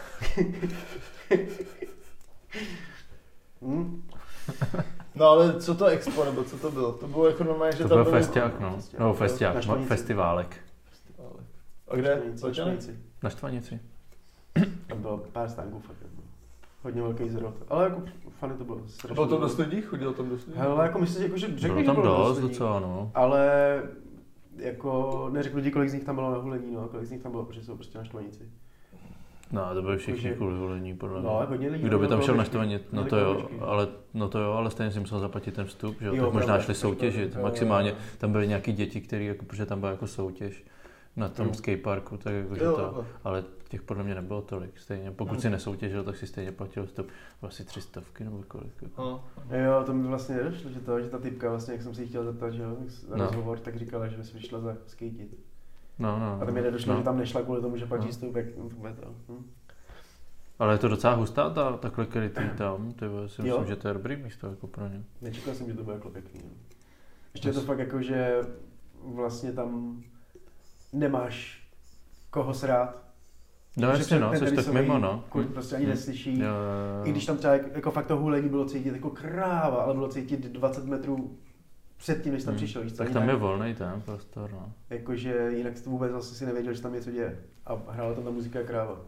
hmm? No ale co to expo, nebo co to bylo? To bylo jako normálně, že to tam byl byl festiák, jako... no. No, festiák, festiválek. A kde? Na Štvanici. Na Štvanici. Tam bylo pár stánků, fakt. Hodně velký zrod. Ale jako fany to bylo. Bylo tam dost lidí? Chodilo tam dost lidí? Hele, jako myslím, jako, že řekli, bylo tam že bylo dost docela, no. Ale jako neřekl lidi, kolik z nich tam bylo na hulení, no, kolik z nich tam bylo, protože jsou prostě na Štvanici. No, to byly všichni kvůli hulení, podle mě. No, hodně lidí. Kdo by tam šel na Štvanici, no to jo, ale, no to jo, ale stejně si musel zaplatit ten vstup, že jo, jo tak možná šli soutěžit, jo, maximálně jo, jo. Tam byly nějaký děti, který, jako, protože tam byla jako soutěž na tom skateparku, tak jako, že to, ale těch podle mě nebylo tolik, stejně, pokud si nesoutěžil, tak si stejně platil vstup, asi tři stovky nebo kolik. Jako. Jo, to mi vlastně nedošlo, že to, že ta typka vlastně, jak jsem si chtěl zeptat, že jo, na no. rozhovor, tak říkala, že by si vyšla za skatit. No, no, a tam mi nedošlo, no. že tam nešla kvůli tomu, že platí vstup, jak to. Hm. Ale je to docela hustá ta, takhle krytý tam, ty si myslím, jo? Že to je dobrý místo jako pro ně. Nečekal jsem, že to bude jako pěkný. No. Ještě je to fakt jako, že vlastně tam nemáš koho srát. No jasně no, jsi tak mimo no. Kurt prostě ani neslyší. Jo, jo, jo. I když tam třeba jako fakt to hulení bylo cítit jako kráva, ale bylo cítit dvacet metrů před tím, než tam hmm. přišel. Víš, tak tam jinak, je volný ten prostor, no. Jakože jinak jsi vůbec vlastně si nevěděl, že tam něco děje. A hrála tam ta muzika kráva.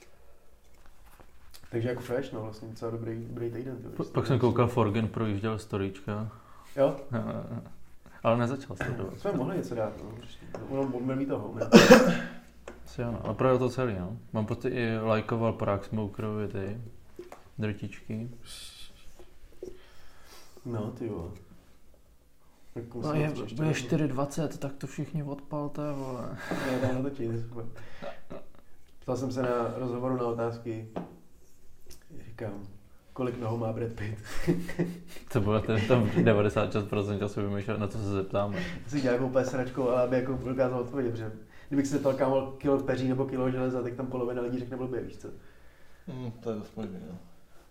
Takže jako fresh, no vlastně docela dobrý, dobrý týden. P- pak jsem koukal, Forgen projížděl storíčka. Jo? Ale nezačal se to. Jsme mohli něco dát, no. Ono budeme mít toho. Asi ano, ale projel to celý, no. Mám pocit, i lajkoval Prague Smokerovi ty drtičky. No, ty jo. No je, je čtyři dvacet, tak to všichni odpalte, vole. Já tam natočí, to je super. Ptal jsem se na rozhovoru na otázky. Říkám, kolik nohou má Brad Pitt? To bylo ten tam devadesát šest procent času vymýšlet, na co se zeptáme. Já si dělal úplně sračkou, ale aby jako dokázal odpovědět, protože kdybych se zeptal kámo kilo peří nebo kilo železa, tak tam polovina lidí řekne blbě, víš co? Mm, to je dost možný, no.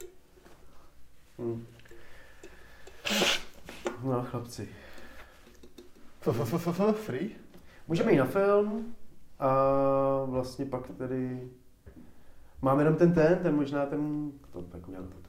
Mm. No chlapci. Free? Můžeme jít na film a vlastně pak tedy máme jenom ten ten, ten možná ten, to tak udělám to.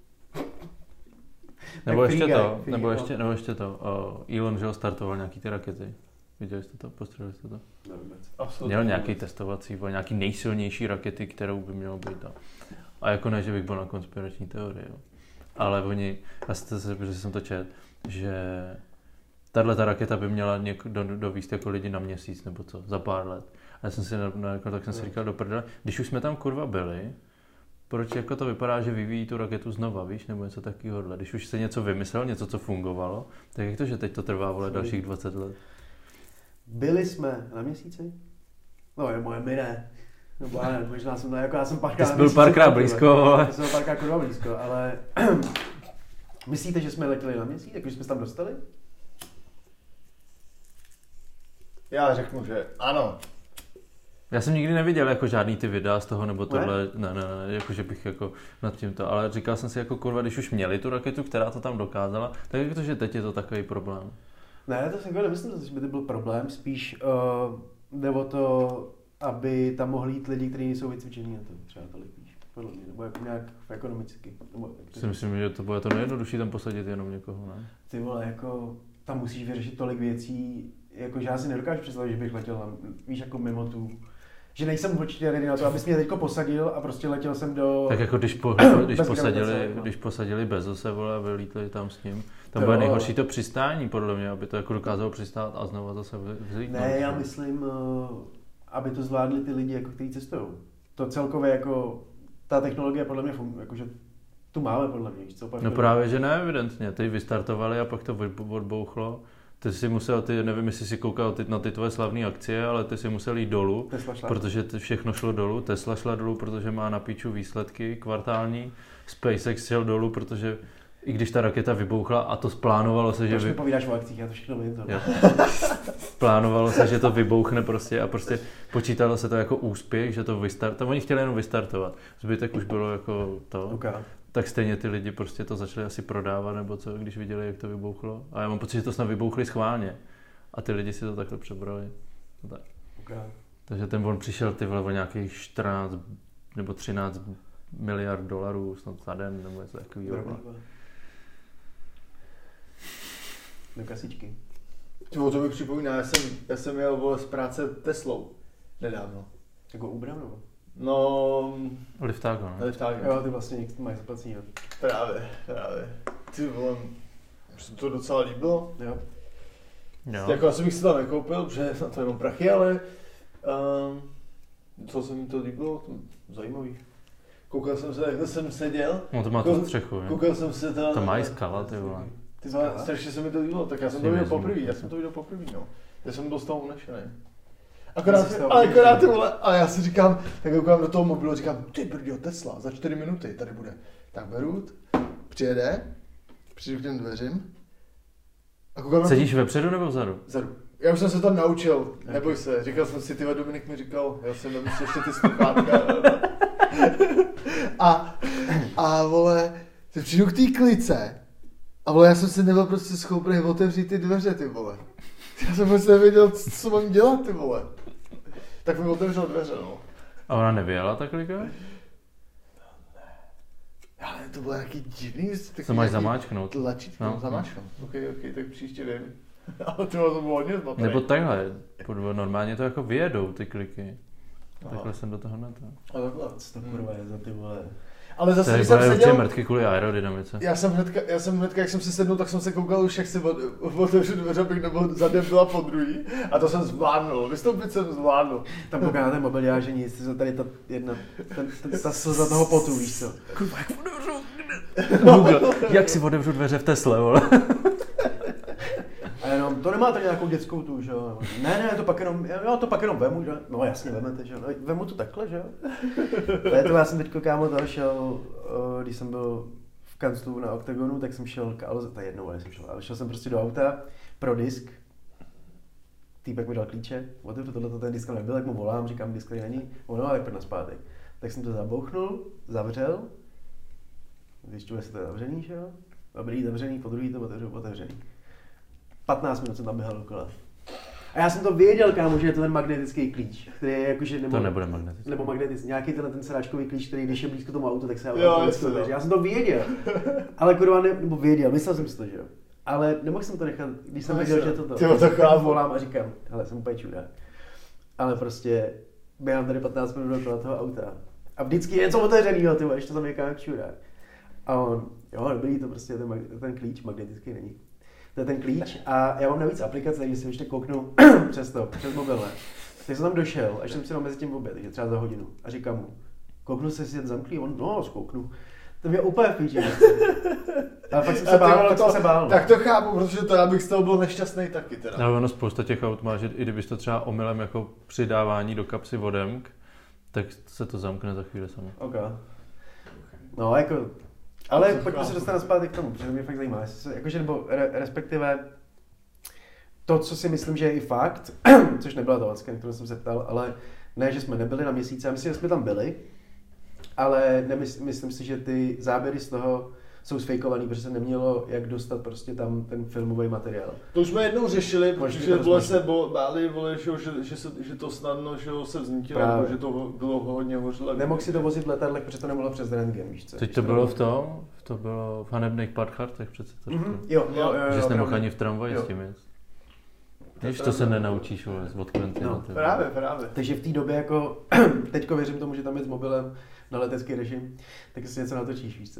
Nebo ještě to, nebo ještě, nebo ještě to, uh, Elon, že ho startoval nějaký ty rakety. Viděli jste to? Postřelili jste to? Ne vůbec. Měl nějaký testovací, nějaký nejsilnější rakety, kterou by mělo být. A, a jako ne, že bych byl na konspirační teorii, jo. Ale oni, já jste se, protože jsem to čet, že tato raketa by měla něk, do, dovíst jako lidi na měsíc nebo co, za pár let. A já jsem si, na, jako, tak jsem si říkal do prdele, když už jsme tam kurva byli, proč jako to vypadá, že vyvíjí tu raketu znova, víš, nebo něco takového. Když už se něco vymyslel, něco, co fungovalo, tak jak to, že teď to trvá, vole, dalších dvacet let? Byli jsme na měsíci? No, je moje my ne. Nebo já ne, možná jsem, jako já jsem párkrát... Ty jsi byl párkrát blízko, vole. Já jsem byl párkrát kurva blízko, ale... Myslíte, že jsme letěli na měsíc, jakože jsme se tam dostali? Já řeknu, že ano. Já jsem nikdy neviděl jako žádný ty videa z toho, nebo tohle, ne, ne, ne, jako že bych jako nad tímto, ale říkal jsem si jako kurva, když už měli tu raketu, která to tam dokázala, tak jak to, že teď je to takový problém? Ne, to si jako nemyslím, že by to byl problém, spíš uh, jde o to, aby tam mohli jít lidi, kteří nejsou vycvičení na to, třeba tolik víš, podle mě, nebo jako nějak ekonomicky. Nebo si myslím, že to bude to nejjednodušší tam posadit jenom někoho, ne? Ty vole, jako tam musíš vyřešit tolik věcí, jako že já si nedokážu představit, že bych letěl tam, víš, jako mimo tu, že nejsem určitě ready na to, abys mě teďko posadil a prostě letěl jsem do... Tak jako když, po, když, posadili, když posadili Bezose, vole, a vylítli tam s ním, tam bude nejhorší to přistání, podle mě, aby to jako dokázalo přistát a znovu zase vzlítnout. Ne, já myslím, aby to zvládli ty lidi, jako kteří cestují. To celkově jako, ta technologie podle mě funguje, jakože tu máme podle mě, víš co? No právě, že ne, evidentně, teď vystartovali a pak to odbouchlo. Ty si musel, ty, nevím, jestli si koukal ty, na ty tvoje slavné akcie, ale ty si musel jít dolů, protože všechno šlo dolů. Tesla šla dolů, protože má na píču výsledky kvartální. SpaceX šel dolů, protože i když ta raketa vybouchla a to splánovalo se, že... Proč mi povídáš o akcích, já to všechno vím. To. Plánovalo se, že to vybouchne prostě a prostě počítalo se to jako úspěch, že to vystartovat. Oni chtěli jenom vystartovat. Zbytek už bylo jako to. Okay. Tak stejně ty lidi prostě to začali asi prodávat nebo co, když viděli, jak to vybouchlo. A já mám pocit, že to snad vybouchli schválně. A ty lidi si to takhle přebrali. No tak. Okay. Takže ten on přišel ty vole o nějakých čtrnáct nebo třináct miliard dolarů snad za den nebo něco takového. Do kasičky. Tyvo, to mi připomíná, já jsem, já jsem jel vole z práce Teslou nedávno. Jako Uber nebo? No... Liftágo, ne? Liftágo. Jo, ty vlastně někdo mají zaplacení. Právě, právě. Ty vole, se to docela líbilo. Jo. Jo. Jako asi bych si to nekoupil, protože na to jenom prachy, ale... Um, co se mi to líbilo, to zajímavý. Koukal jsem se, jak jsem seděl. No to má tu střechu, jo. Koukal jsem se to... To mají skala, ty vole. Ty vole, strašně se mi to líbilo, tak já jsem to viděl poprvé, já jsem to viděl poprvé, no. Já jsem byl z toho unešený. Akorát, ale akorát ty vole, a já si říkám, tak koukám do toho mobilu, říkám, ty brdio, Tesla, za čtyři minuty tady bude. Tak beru, přijede, přijdu k těm dveřím. A koukám. Sedíš vepředu nebo vzadu? Vzadu. Já už jsem se tam naučil, neboj se, říkal jsem si, tyhle Dominik mi říkal, já jsem tam ještě ty sluchátka. a, a vole, ty přijdu k té klice. A vole, já jsem si nebyl prostě schopný otevřít ty dveře, ty vole. Já jsem prostě nevěděl, co mám dělat, ty vole. Tak mi otevřel dveře, no. A ona nevěla ta klika? Ne. Já nevím, to bylo nějaký divný. Co máš zamáčknout? Tlačítko, no, zamáčkám. No. Ok, ok, tak příště vím. Ale to bylo hodně zmatený. Nebo takhle, normálně to jako vyjedou ty kliky. Takhle jsem do toho natáhl. A takhle, co to kurva je za ty vole. Ale zase, když jsem seděl... mrtky kvůli aerodynamice. Já jsem hnedka, já jsem hnedka, jak jsem si sednul, tak jsem se koukal už, jak si otevřu dveře, abych nebyl zadem byla po druhý. A to jsem zvládnul, vystoupit jsem zvládnul. Tam kouká na ten mobil, já že nic, tady ta jedna, ten, ten, ta slza toho potu, víš co. Kurva, jak otevřu, jak si otevřu dveře v Tesle, vole. A jenom, to nemáte nějakou dětskou tu, že jo? Ne, ne, to pak jenom, jo, to pak jenom vemu, že? No jasně, vemete, že jo? No, vemu to takhle, že jo? Ne, to já jsem teďko, kámo, to šel, když jsem byl v kanclu na Octagonu, tak jsem šel, ale to je jednou, ale jsem šel, ale šel jsem prostě do auta pro disk. Týpek mi dal klíče, otevřu tohle, ten disk nebyl, tak mu volám, říkám, disk tady není, ono, ale pojď naspátek. Tak jsem to zabouchnul, zavřel, zjišťuje, jestli to je zavřený, že jo? Dobrý, zavřený, po druhý to otevřel, otevřený. patnáct minut jsem tam běhal dokola. A já jsem to věděl, kámo, že je to ten magnetický klíč, který je jakože nebo... To nebude magnetický. Nebo magnetický, nějaký tenhle ten sedáčkový klíč, který když je blízko tomu autu, tak se automaticky otevře. Já jsem to věděl, ale kurva ne, nebo věděl, myslel jsem si to, že jo. Ale nemohl jsem to nechat, když jsem věděl, že to to. Tyjo, tak já volám a říkám, hele, jsem úplně čudák. Ale prostě běhám tady patnáct minut dokola toho auta. A vždycky je něco otevřenýho, ty ještě to tam někam jak čudák. A on, jo, dobrý, to prostě ten, ten klíč magnetický není. To je ten klíč a já mám navíc aplikace, takže si ještě kouknu přes to, přes mobil. Tak jsem tam došel, až jsem si dal mezi tím oběd, takže třeba za hodinu. A říkám mu, kouknu se si jen zamklý, on, no, zkouknu. To mě úplně v píči. Ale fakt jsem se bál, fakt jsem se bál. Tak to chápu, protože to já bych z toho byl nešťastný taky teda. No, ono spousta těch aut má, že i kdybys to třeba omylem jako přidávání do kapsy vodemk, tak se to zamkne za chvíli samo. Ok. No, jako... Ale pojďme se dostat zpátky k tomu, protože to mě fakt zajímá. Jakože, nebo re, respektive to, co si myslím, že je i fakt, což nebyla ta otázka, na kterou jsem se ptal, ale ne, že jsme nebyli na měsíce, já myslím, že jsme tam byli, ale nemysl, myslím si, že ty záběry z toho jsou sfejkovaný, protože se nemělo jak dostat prostě tam ten filmový materiál. To už jsme jednou řešili, protože vole se báli, vole, že, že, se, že to snadno že se vznítilo, jako, že to bylo hodně hořle. Nemohl si to vozit v letadlech, protože to nemohlo přes rentgen, víš co? Teď to bylo v tom, to bylo v hanebných Parkhartech přece to mm-hmm. Jo, jo, jo, jo. Že jsi nemohl ani v tramvaji s tím jet. Víš, to se nenaučíš, vole, od Quentina. No, právě, právě. Takže v té době jako, teďko věřím tomu, že tam je s mobilem na letecký režim, tak si něco natočíš, víš co?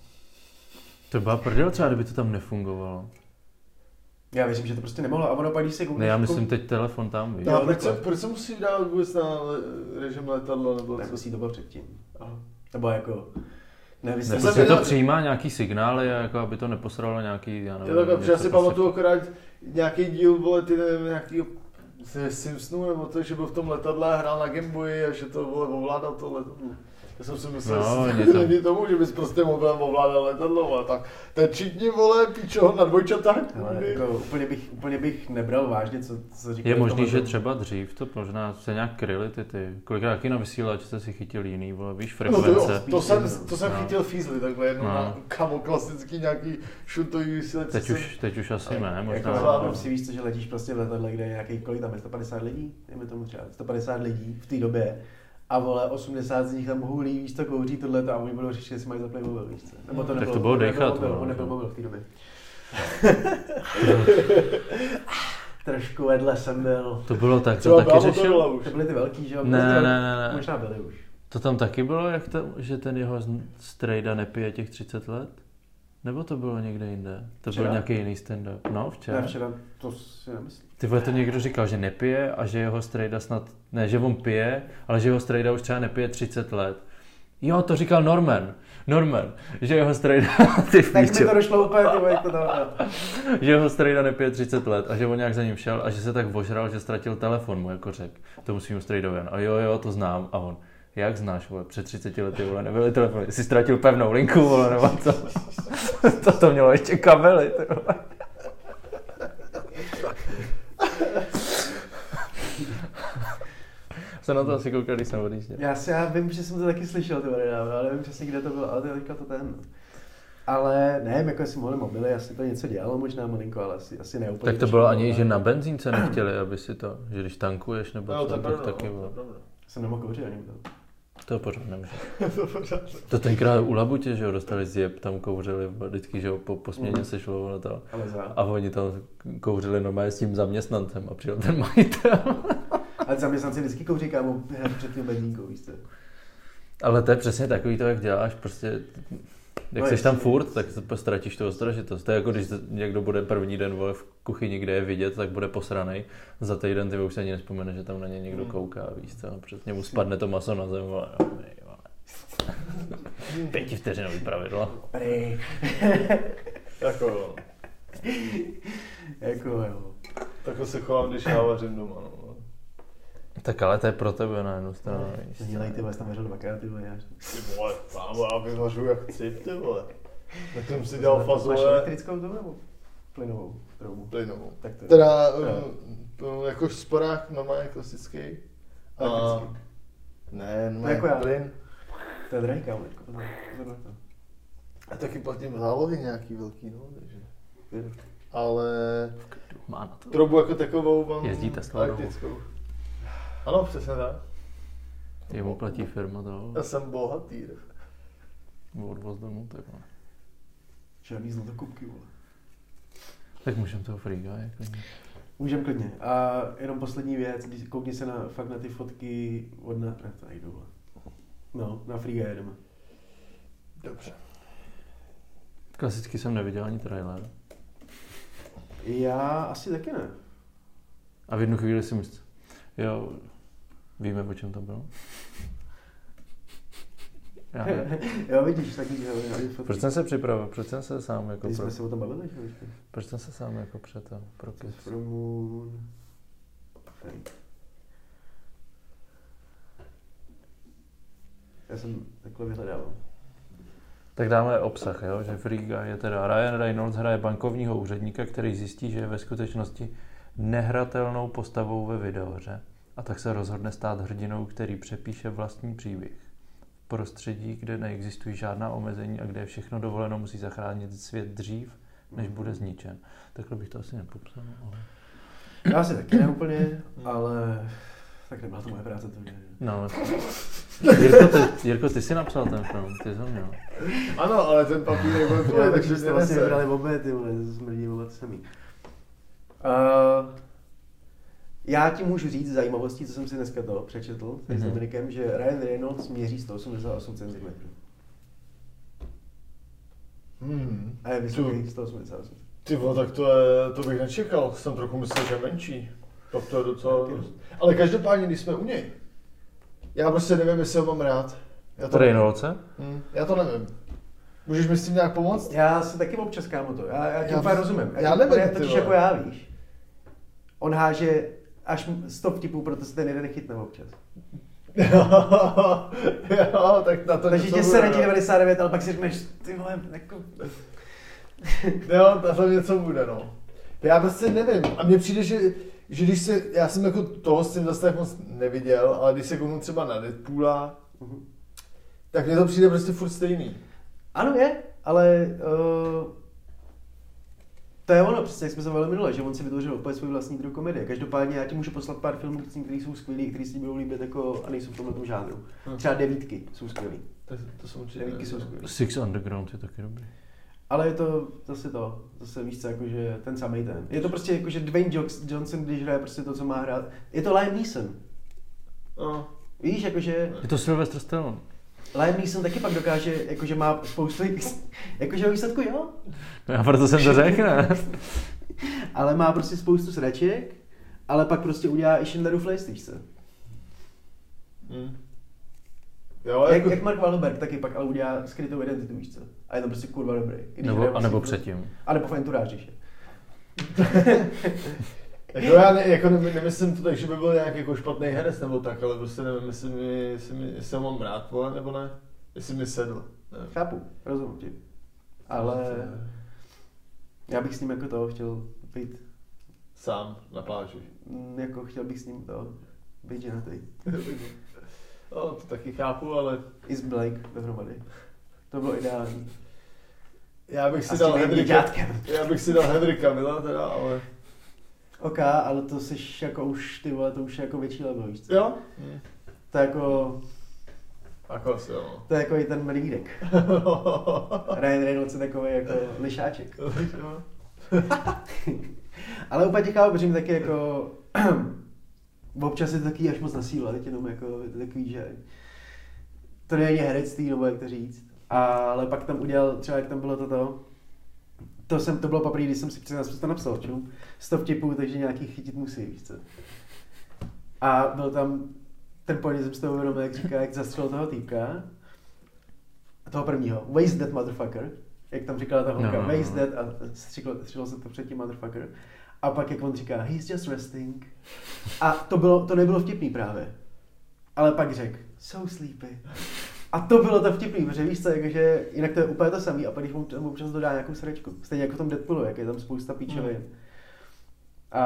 To byla prdel třeba, kdyby to tam nefungovalo. Já věřím, že to prostě nemohlo. A ono pak, když se koukneš... Ne, já myslím teď telefon tam, víš. No, proč, se, proč se musí dát vůbec na režim letadla, nebo ne, musí to bylo předtím. Aha. To bylo jako... Ne, ne protože to přijímá nějaký signály, jako aby to neposralo nějaký, já nevím... Já, tak, já si pamatuju akorát nějaký díl, vole, ty nevím, nějaký Simpsonů, nebo to, že byl v tom letadle, hrál na Gameboyi a že to, vole, ovládal to letadlo. Já jsem si myslel, no, že to není tomu, že bys prostě mobilem ovládal letadlo, ale tak tečítní, vole, píčo, na dvojčatách. Ale jako úplně bych, úplně bych nebral vážně, co, co říkáš. Je možný, že třeba dřív to možná se nějak kryly ty ty, kolikrát taky na vysílač jste si chytil jiný, vole, víš, frekvence. No to, jo, to jsem, to jsem no. chytil fízly, takhle jednou no. na kamo klasický nějaký šuntový vysílač. Teď jsem... už, teď už asi ne, možná. Jako zvládám si, víš co, že letíš prostě v letadle, kde je nějaký, kolik tam je, sto padesát lidí, dejme tomu třeba, sto padesát lidí v té době. A vole, osmdesát z nich tam hulí, víš co, kouří tohleto a oni budou řešit, jestli mají zaplay mobil, víš co. Nebo to tak nebylo, to bylo dechat, nebyl, on nebyl mobil v té době. Trošku vedle jsem byl. To bylo tak, to taky řešil? To byly ty velký, že jo? Ne, ne, ne, ne. Možná byly už. To tam taky bylo, jak to, že ten jeho strejda nepije těch třicet let? Nebo to bylo někde jinde? To včera? Byl nějaký jiný stand-up. No, včera. Ne, včera, to si nemyslím. Ty vole, to někdo říkal, že nepije a že jeho strejda snad, ne, že on pije, ale že jeho strejda už třeba nepije třicet let. Jo, to říkal Norman. Norman, že jeho strejda, ty píčo. Tak mi to došlo úplně, ty vole, to dalo. Že jeho strejda nepije třicet let a že on nějak za ním šel a že se tak vožral, že ztratil telefon mu, jako řek. To musím strejdovi. A jo, jo, to znám. A on, jak znáš, vole, před třiceti lety, vole, nebyly telefony, jsi ztratil pevnou linku, vole, nebo co? to, to mělo ještě kabely, ty vole. Se na to asi koukal, když jsem odjížděl. Já si, já vím, že jsem to taky slyšel, ty vole, ale nevím přesně, kde to bylo, ale teďka to ten. Ale nevím, jako jestli mohli mobily, asi to něco dělalo možná malinko, ale asi, asi ne úplně. Tak to bylo ani, že na benzínce nechtěli, aby si to, že když tankuješ nebo no, co, tak taky bylo. Jsem nemohl kouřit ani to. To pořád nemůže. To tenkrát u Labutě, že jo, dostali zjeb, tam kouřili vždycky, že jo, po, po směně mm. se šlo na to. A oni tam kouřili normálně s tím zaměstnancem a přijel ten majitel. A zaměstnanci vždycky kouří kámo před tím bedníkou, víš co? Ale to je přesně takový to, jak děláš, prostě, jak no jsi tam furt, tak ztratíš tu ostražitost. To je jako když někdo bude první den vole, v kuchyni, kde je vidět, tak bude posranej. Za týden ty už se ani nespomene, že tam na ně někdo kouká, víš co? Před němu spadne to maso na zem, vole. Pěti vteřinový pravidlo. Prý. Jako jo. Jako jo. Takhle se chovám, když já vařím doma, no. Tak ale to je pro tebe na jednu stranu. Dělej ty vole, jsi tam vařil dvakrát, ty vole, já. Ty vole, pámo, já vyvařuji jak chci, ty vole. Tak jsem si dělal fazole. Máš elektrickou tu nebo plynovou troubu? Plynovou. Tak to je. Teda, um, jako sporák normálně klasický. A... Ne, no jako já. plyn. To je drahý, kámo, teďko, pozor na to. A taky platím zálohy nějaký velký, no, takže. Ale má na to. Troubu jako takovou mám jezdíte s elektrickou. Ano, přesně tak. Jemu platí firma to. Já jsem bohatý. Odvoz domů, takhle. Žádný zlatokupky, vole. Tak můžeme toho freaka, jako. Můžem klidně. A jenom poslední věc, koukni se na, fakt na ty fotky od na... Ne, to nejdu, vole. No, na freaka jedeme. Dobře. Klasicky jsem neviděl ani trailer. Já asi taky ne. A v jednu chvíli si myslím, jo, víme, o čem to bylo? Já jo, vidíš, taky dělali. Proč jsem se připravil? Proč jsem se sám jako... Když jsme se o tom bavili, že? Proč jsem se sám jako před to propis? From Moon... Okay. Já jsem takhle vyhledával. Tak dáme obsah, jo? Že Free Guy je teda Ryan Reynolds hraje bankovního úředníka, který zjistí, že je ve skutečnosti nehratelnou postavou ve videohře a tak se rozhodne stát hrdinou, který přepíše vlastní příběh. V prostředí, kde neexistují žádná omezení a kde je všechno dovoleno, musí zachránit svět dřív, než bude zničen. Takhle bych to asi nepopsal. Ale... Já si taky ne úplně, ale tak nebyla to moje práce. To mě... No, Jirko ty, Jirko, ty jsi napsal ten film, ty jsi ho měl. Ano, ale ten papír byl tvůj, takže jste vlastně vybrali obě, ty vole, smrdí oba ty samý. Uh, já ti můžu říct zajímavostí, co jsem si dneska to přečetl mm-hmm. s Dominikem, že Ryan Reynolds měří sto osmdesát osm centimetrů. Hmm. A je vysoký sto osmdesát osm. Ty vole, tak to, je, to bych nečekal, jsem trochu myslel, že menší. Tak to je docela... Ale každopádně, když jsme u něj, já prostě nevím, jestli ho mám rád. Já to Reynoldse? Hmm, já to nevím. Můžeš mi s tím nějak pomoct? Já se taky občas kámo to, já, já ti já úplně rozumím. Já, já nevím, totiž jako já, víš. On háže až sto vtipů, proto se ten jeden nechytne občas. jo, tak na to takže tě se radí devadesát devět, ale pak si řekneš, ty vole, jako... jo, na to něco bude, no. Já prostě nevím. A mně přijde, že, že když se, já jsem jako toho s tím zase tak moc neviděl, ale když se kouknu třeba na Deadpoola, uh-huh. tak mně to přijde prostě furt stejný. Ano je, ale uh, to je ono, přesně jak jsme se bavili minule, že on si vytvořil opět svůj vlastní druh komedie. Každopádně já ti můžu poslat pár filmů, které jsou skvělý, které si budou líbit jako, a nejsou v tomhle žánru. Hmm. Třeba Devítky jsou skvělý. To, to jsou určitě Devítky jsou skvělý. Six Underground je taky dobrý. Ale je to zase to, zase víš co, jakože ten samej ten. Je to prostě jakože Dwayne Johnson, když hraje prostě to, co má hrát. Je to Liam Neeson. Oh. Víš, jakože... Je to Sylvester Stallone. Liam Neeson taky pak dokáže, jakože má spoustu, jakože výsledku jo. Já proto jsem to řekl, ne? Ale má prostě spoustu sraček, ale pak prostě udělá i Schindlerův list, víš co? Hmm. Jo, jak, jako... jak Mark Wahlberg taky pak ale udělá skrytou identitu, víš co? A je to prostě kurva dobrý. Nebo, a nebo předtím. A nebo v Entourage, že? jako já ne, jako ne, nemyslím to tak, že by byl nějak jako špatný herec nebo tak, ale prostě nevím, jestli, mi, jestli, mi, jestli ho mám rád, vole, nebo ne. Jestli mi sedl. Ne. Chápu, rozumím ti. Ale já bych s ním jako toho chtěl být. Sám na pláži. Jako chtěl bych s ním to být ženatý. No, to taky chápu, ale... I s Blake dohromady. To bylo ideální. Já bych si dal Henrika, já bych si dal Henrika Mila teda, ale... Ok, ale to jsi jako už, ty vole, to už je jako větší level, víš co? Jo? Hmm. To je jako... Jako asi jo. To je jako i ten medvídek. Ryan Reynolds je takový jako lišáček. Ale úplně chápu, protože mi taky jako... občas je to taky až moc nasílat, jenom jako takový, že to není herectví, nebo jak to říct. Ale pak tam udělal, třeba jak tam bylo toto, to, jsem, to bylo poprvé, když jsem si přiznal, jsem to napsal, čum, sto vtipů, takže nějaký chytit musí, víš co. A byl tam, ten point jsem z toho uvědomil, jak říká, jak zastřelil toho týpka, toho prvního, waste that motherfucker, jak tam říkala ta holka, no, no, no. waste that, a střelil se to předtím motherfucker. A pak jak on říká, he's just resting. A to, bylo, to nebylo vtipný právě. Ale pak řekl, so sleepy. A to bylo to vtipný, protože víš co, jakože jinak to je úplně to samý a pak když mu občas dodá nějakou sračku. Stejně jako v tom Deadpoolu, jak je tam spousta píčovin. Hmm. A...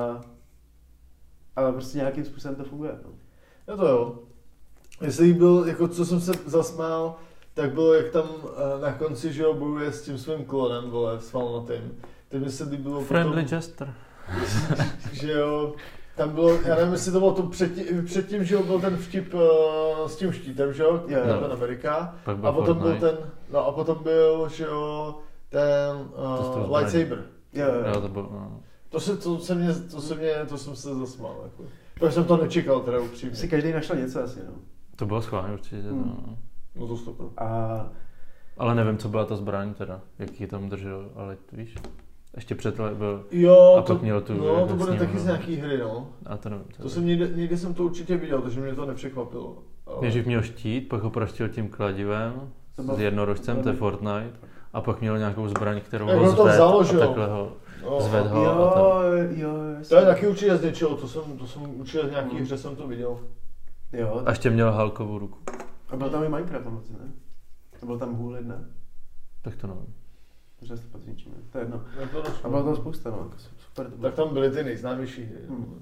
Ale prostě nějakým způsobem to funguje. No, no to jo. Jestli byl, jako co jsem se zasmál, tak bylo jak tam na konci, že jo, bojuje s tím svým klonem, vole, svalnatým. To mi se líbilo Friendly potom, Jester. že jo, tam bylo, já nevím, jestli to bylo to předtím, předtím, že jo, byl ten vtip uh, s tím štítem, že jo, yeah. Captain America. A potom byl ten, no a potom byl, že jo, ten uh, lightsaber. Jo, jo. To bylo, no. To se, to se mě, to se mě, to jsem se zasmál, jako. Protože jsem to nečekal, teda upřímně. Si každý našel něco asi, no. To bylo schválně určitě, hmm. no. No to stopro. A... Ale nevím, co byla ta zbraň teda, jaký tam držel, ale víš, ještě před byl jo, a pak měl tu... No, to bude taky z nějaký hry, no. A to nevím. To jsem někde, někde jsem to určitě viděl, takže mě to nepřekvapilo. Ale... Ježíš měl štít, pak ho praštil tím kladivem s jednorožcem, to je Fortnite, a pak měl nějakou zbraň, kterou ho zved a takhle ho zved ho. Jo, a tam... jo, to je taky určitě z něčeho, to jsem, to jsem určitě z nějaký hmm. hře jsem to viděl. Jo. A ještě měl Hulkovou ruku. A byl tam i Minecraft tam ne? A byl tam Hůl jedna. Tak to nevím. Možná to patří ničím, to je jedno. To a bylo tam spousta, no. Super to bylo. Tak tam byly ty nejznámější. Hmm.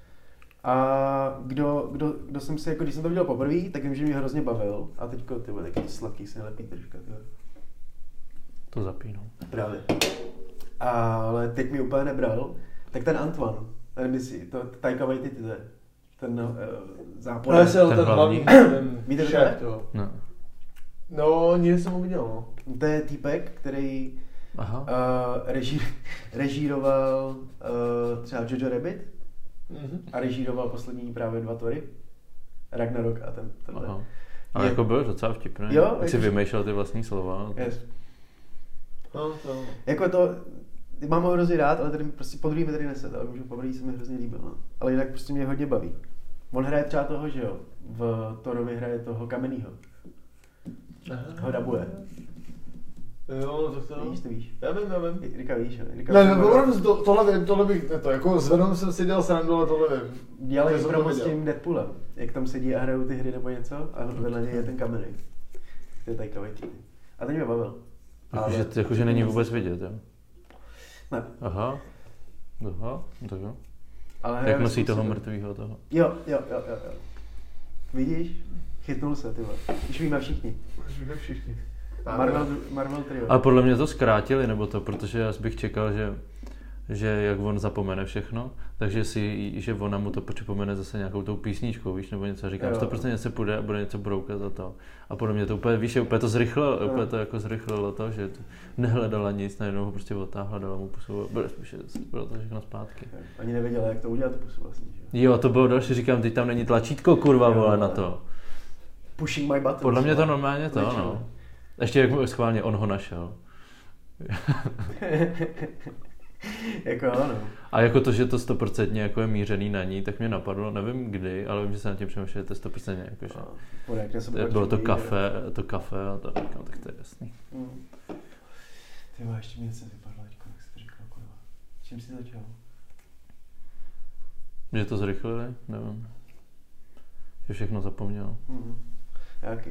A kdo, kdo, kdo jsem si, jako když jsem to viděl poprvé, tak vím, že mě hrozně bavil. A teďko, ty vole, taky sladký se nelepí držka, ty. To zapínou. Právě. Ale teď mi úplně nebral. Tak ten Antoine, nevím si, to Taika Waititi, ten uh, zápor. No, ten, ten hlavní, ten víte, šéf, jo. No. No, nikdy jsem ho viděl, no. To je týpek, který uh, reží, režíroval uh, třeba Jojo Rabbit mm-hmm. a režíroval poslední právě dva Thory. Ragnarok a ten, tenhle. Aha. Ale je... jako byl docela vtipný. Jo, jak si vymýšlel ty vlastní slova. Yes. No, to... Jako to, mám ho hrozně rád, ale tady prostě po druhý mi tady neset, ale můžu poprvé se mi hrozně líbil. No. Ale jinak prostě mě hodně baví. On hraje třeba toho, že jo, v Thorovi hraje toho Kamennýho. Ho dabuje. Jo, to to víš, to víš. Já vím, já vím. Rika víš, Rika ne, ne, opravdu to, tohle vím, tohle bych, ne to, jako s Venom jsem si dělal srandu, ale tohle vím. Dělali promo s tím Deadpoolem, jak tam sedí a hrajou ty hry nebo něco a vedle něj je ten Kamenný. To je Taika Waititi. A ten mě bavil. Jakože jako, že není vůbec vidět, jo? Ne. Aha. Aha, tak jo. Ale jak nosí toho mrtvýho toho? Jo, jo, jo, jo, jo. Vidíš? Chytnul se, ty vole. Už víme všichni. Už víme všichni. Marvel, Marvel trio. Ale podle mě to zkrátili, nebo to, protože já bych čekal, že, že jak on zapomene všechno, takže si, že ona mu to připomene zase nějakou tou písničkou, víš, nebo něco. Říkám, že to prostě něco půjde a bude něco broukat za to. A podle mě to úplně, víš, úplně to zrychlilo, úplně to jako zrychlilo to, že to nehledala nic, najednou ho prostě otáhla, dala mu pusu, bylo, bylo to všechno zpátky. Ani nevěděla, jak to udělat, pusu vlastně, že? Jo, to bylo další, říkám, teď tam není tlačítko, kurva, vole, na to. Pushing my buttons. Podle mě to normálně to, no. Ještě jak schválně on ho našel. Jako ano. A jako to, že to stoprocentně jako je mířený na ní, tak mě napadlo, nevím kdy, ale vím, že se na tím přemýšlel, že to je stoprocentně jakože. No, bylo to kafe, to kafe a to, říkám, tak to je jasný. Mm. Ty máš, ještě mi něco vypadlo, jak jsi to říkal, kurva. Čím jsi začal? Že to zrychlili? Nevím. Že všechno zapomněl. Mm. Jaký?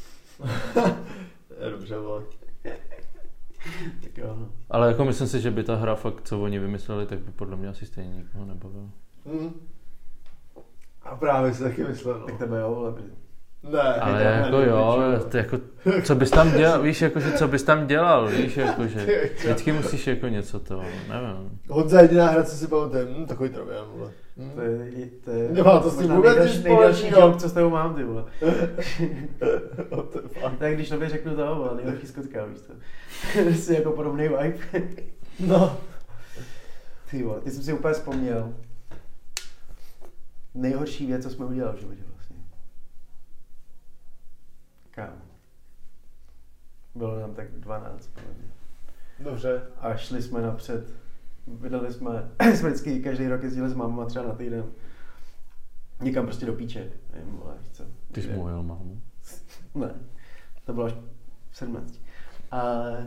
Je dobře, vole. Tak jo, no. Ale jako myslím si, že by ta hra fakt, co oni vymysleli, tak by podle mě asi stejně nikoho nebavil. Mm. A právě si taky myslel, no. Tak tebe jo, ale... Ne, ale jako jo, to jako, co bys tam dělal, víš, jakože co bys tam dělal, víš, jakože vždycky musíš jako něco to, nevím. Honza jediná hra, co si pamatujem, hm, takový troběm, vole. Hm. To je, to je... Nemá to s tím vůbec nejdelší, nejdelší joke, co s tebou mám, ty vole. Tak když tobě řeknu toho, vole, nejlepší skotka, víš to. Jsi jako podobný vibe. No. Ty vole, ty jsem si úplně vzpomněl. nejhorší věc, co jsme udělali v životě vlastně. Kámo. Bylo nám tak dvanáct. Dobře. A šli jsme napřed. Vydali jsme, jsme vždycky každý rok jezdili s mámou třeba na týden. Někam prostě do píče. Nevím, vole, co. Ty jsi mu jel mámu? Ne, to bylo až v sedmnácti. A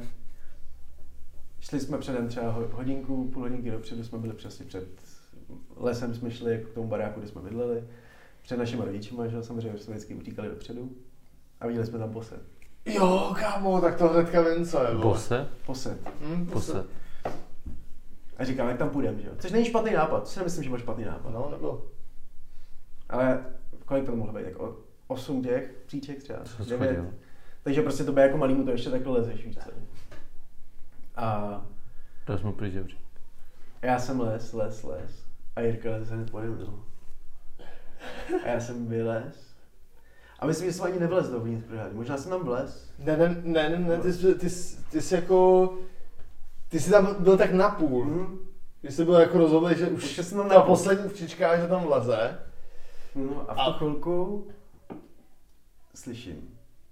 šli jsme předem třeba hodinku, půl hodinky dopředu, jsme byli přesně před lesem, jsme šli jako k tomu baráku, kde jsme bydleli. Před našimi rodičima, že samozřejmě jsme vždycky utíkali dopředu. A viděli jsme tam Bose. Jo, kámo, tak to hnedka vím, co je. Bose? Poset. Hm, Poset. A říkám, jak tam půjdeme, že jo? Což není špatný nápad, si nemyslím, že byl špatný nápad. No, nebyl. Ale kolik to mohlo být? Jako osm těch příček třeba? devět. Takže prostě to bude jako malýmu, to ještě takhle lezeš, víš co? A... To jsme pryč žebřík. Já jsem les, les, les. A Jirka leze se hned pode mnou. A já jsem vylez. A myslím, že jsem ani nevlez dovnitř pořádně. Možná jsem tam vlez. Ne, ne, ne, ne, ne ty, jsi, ty, jsi, ty jsi jako... Ty jsi tam byl tak napůl. Hmm. Když jsi byl jako rozhodlý, že už jsem tam ta poslední příčka, že tam vleze. No a v tu a... chvilku slyším.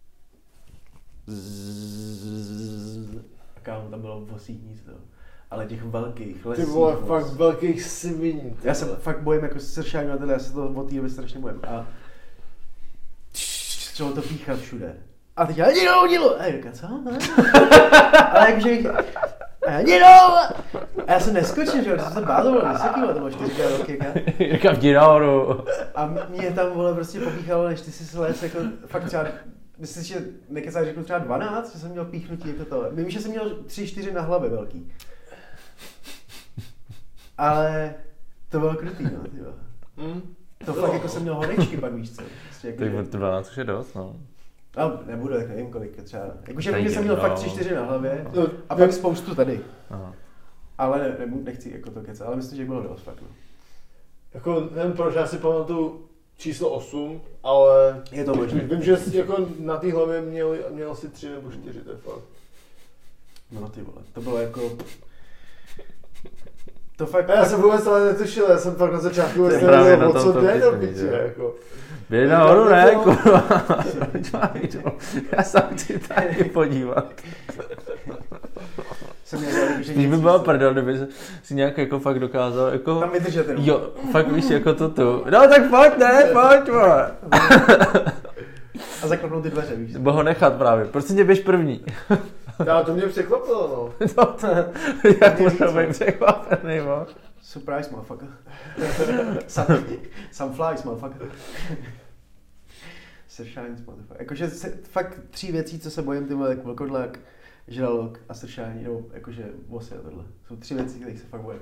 A kámo, tam bylo vosí hnízdo. Ale těch velkých lesích. Ty vole, fakt velkých sviní. Já se fakt bojím jako sršání na tohle, já se to od té doby strašně bojím. A začalo to píchat všude. A teď já, Nino, Nino! A Jirka, co? Ale jakože... A já, Nino! A já jsem neskočil, že jo, to jsem se bál, to bylo vysoký, to bylo čtyřikrát velký, jak Jirka v Dinoru. A mě tam, vole, prostě popíchalo, než ty si se les, jako fakt třeba... Myslím si, že nekecáš řeknu třeba dvanáct, že jsem měl píchnutí jako to. Vím, že jsem měl tři, čtyři na hlavě velký. Ale to bylo krutý, no, tyjo. Mm. To fakt jako jsem měl horečky pak, víš co. Prostě jako, tak dvanáct už je dost, no. Ale nebudu, tak nevím kolik třeba. Jakože vím, že jsem měl no. fakt tři, čtyři na hlavě no. a pak spoustu tady. Aha. Ale ne, ne, nechci jako to kecat, ale myslím, že bylo dost fakt, no. Jako nevím proč, já si pamatuju číslo osm, ale je to možné. Vím, že jsi jako na té hlavě měl, měl asi tři nebo čtyři, to je fakt. No ty vole, to bylo jako... To fakt... A já jsem vůbec ale netušil, já jsem fakt na začátku vůbec nevěděl, o co jde do piči, jako. Běž nahoru, ne, kurva. Já se chci taky podívat. Spíš by byla prdel, kdyby si nějak jako fakt dokázal, jako... Tam vydržet jenom. Jo, fakt víš, jako to tu. No tak pojď, ne, pojď, vole. A zaklopnout ty dveře, víš. Nebo ho nechat právě, proč si tě běž první? Já to mě překvapilo, no. No to, jak můžu být překvapený, mo. Surprise, motherfucker. some, some flies, motherfucker. Sršání, motherfucker. Jakože se, fakt tři věcí, co se bojím, ty vole, jak vlkodlak, žralok a sršání, nebo jakože vosy a tohle. Jsou tři věci, kterých se fakt bojím.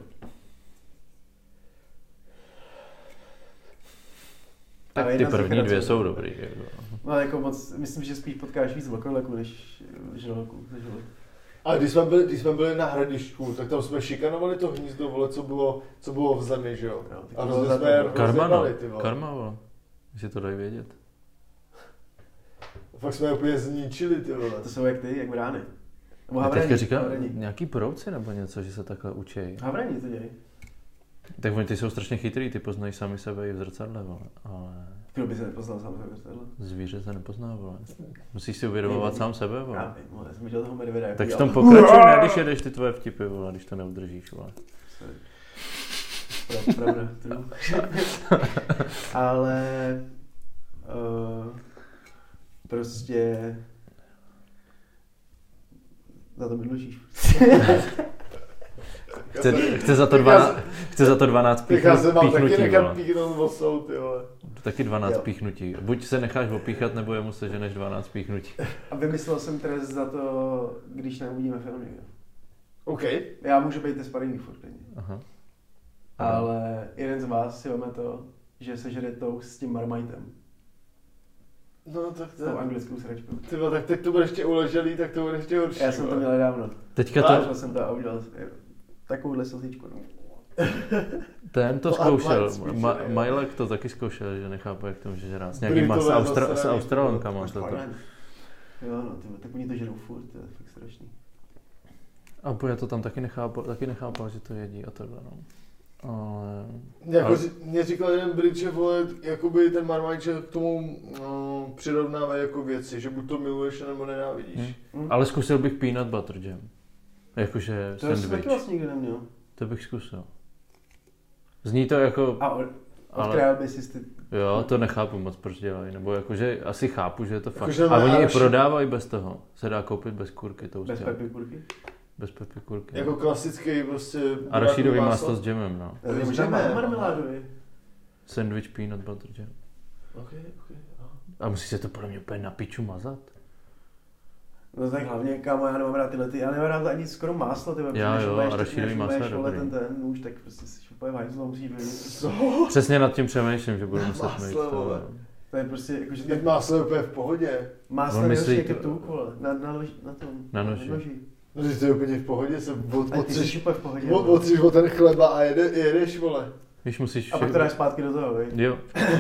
Tak ty první dvě jsou dobrý. Jako. No jako moc, myslím, že spíš potkáš víc vlkodlaku než žraloků. A když jsme, byli, když jsme byli na Hradišku, tak tam jsme šikanovali to hnízdo, vole, co bylo, co bylo v zemi, že jo? No, a hrozně jsme je rozjebali, ty vole. Karma, vole. Si to dají vědět. Fakt jsme je úplně zničili, ty vole. To jsou jak ty, jak brány. Nebo havrani. Teďka říkám nějaký prouci nebo něco, že se takhle učí. Havrani to dělají. Tak oni ty jsou strašně chytrý, ty poznají sami sebe i v zrcadle, vole, ale... Kdo by se nepoznal sám sebe v zrcadle? Zvíře se nepozná, vole. Musíš si uvědomovat sám sebe, vole. Já vím, já jsem viděl toho medvěda. Tak v tom pokračuj, ne, když jedeš ty tvoje vtipy, vole, když to neudržíš, vole. Pravda, true. Ale... Uh, prostě... Za to mi dlužíš. Chce, chce, za to dvanáct, chce za to dvanáct píchnutí. Já se mám taky nechám píchnout vosou, ty vole. Taky dvanáct jo. Píchnutí. Buď se necháš opíchat, nebo jemu seženeš dvanáct píchnutí. A vymyslel jsem trest za to, když neuvidíme film někdo. OK. Já můžu být sparingy furt klidně. Aha. Ale jeden z vás si veme to, že sežere toast s tím marmitem. No tak to... S tou anglickou sračkou. Tyba, tak teď to bude ještě uleželý, tak to bude ještě horší. Já jsem to měl dávno. Teďka to... Vážil jsem to a udělal takovouhle slzičku. No. Ten to zkoušel, Ma- Majlek to taky zkoušel, že nechápu, jak to může žrát. S nějakýma s, Austra- s Australankama. Jo, no, tyba, tak oni to žerou furt, to je fakt strašný. A já to tam taky nechápal, taky nechápal, že to jedí a tohle, no. Ale... Jako ale... mě říkal jeden Brit, že vole, jakoby ten Marmite k tomu no, přirovnává jako věci, že buď to miluješ, nebo nenávidíš. Hmm. Hmm. Ale zkusil bych peanut butter jam. Jakože to sandwich. To jsem vlastně nikdy neměl. To bych zkusil. Zní to jako... A od, odkrájel bys si ty... Jo, to nechápu moc, proč dělají, nebo jakože asi chápu, že je to fakt. A oni i prodávají bez toho. Se dá koupit bez kurky. To bez pepy kurky? Bez pepy kurky. Jako klasický prostě... Arašídový máslo s džemem, no. Možná marmeládový. Sandwich peanut butter jam. Ok, ok. A musí se to podle mě úplně na piču mazat? No tak hlavně, kámo, já nemám rád tyhle ty, já nemám rád ani skoro máslo, ty já jo, arašídový máslo je dobrý. ten ten nůž, tak prostě si úplně hajzlo musí být. Přesně nad tím přemýšlím, že budu muset mít to. To je prostě jako, že... Teď máslo je úplně v pohodě. Máslo je prostě jak tuk, vole, na, na, loži, na tom. Na noži. Na noži. No, to je úplně v pohodě, se od, a ty jsi úplně v pohodě. Od, otříš o ten chleba a jede, jedeš, vole. Víš, musíš... A pak to dáš zpátky do toho, vej? Jo.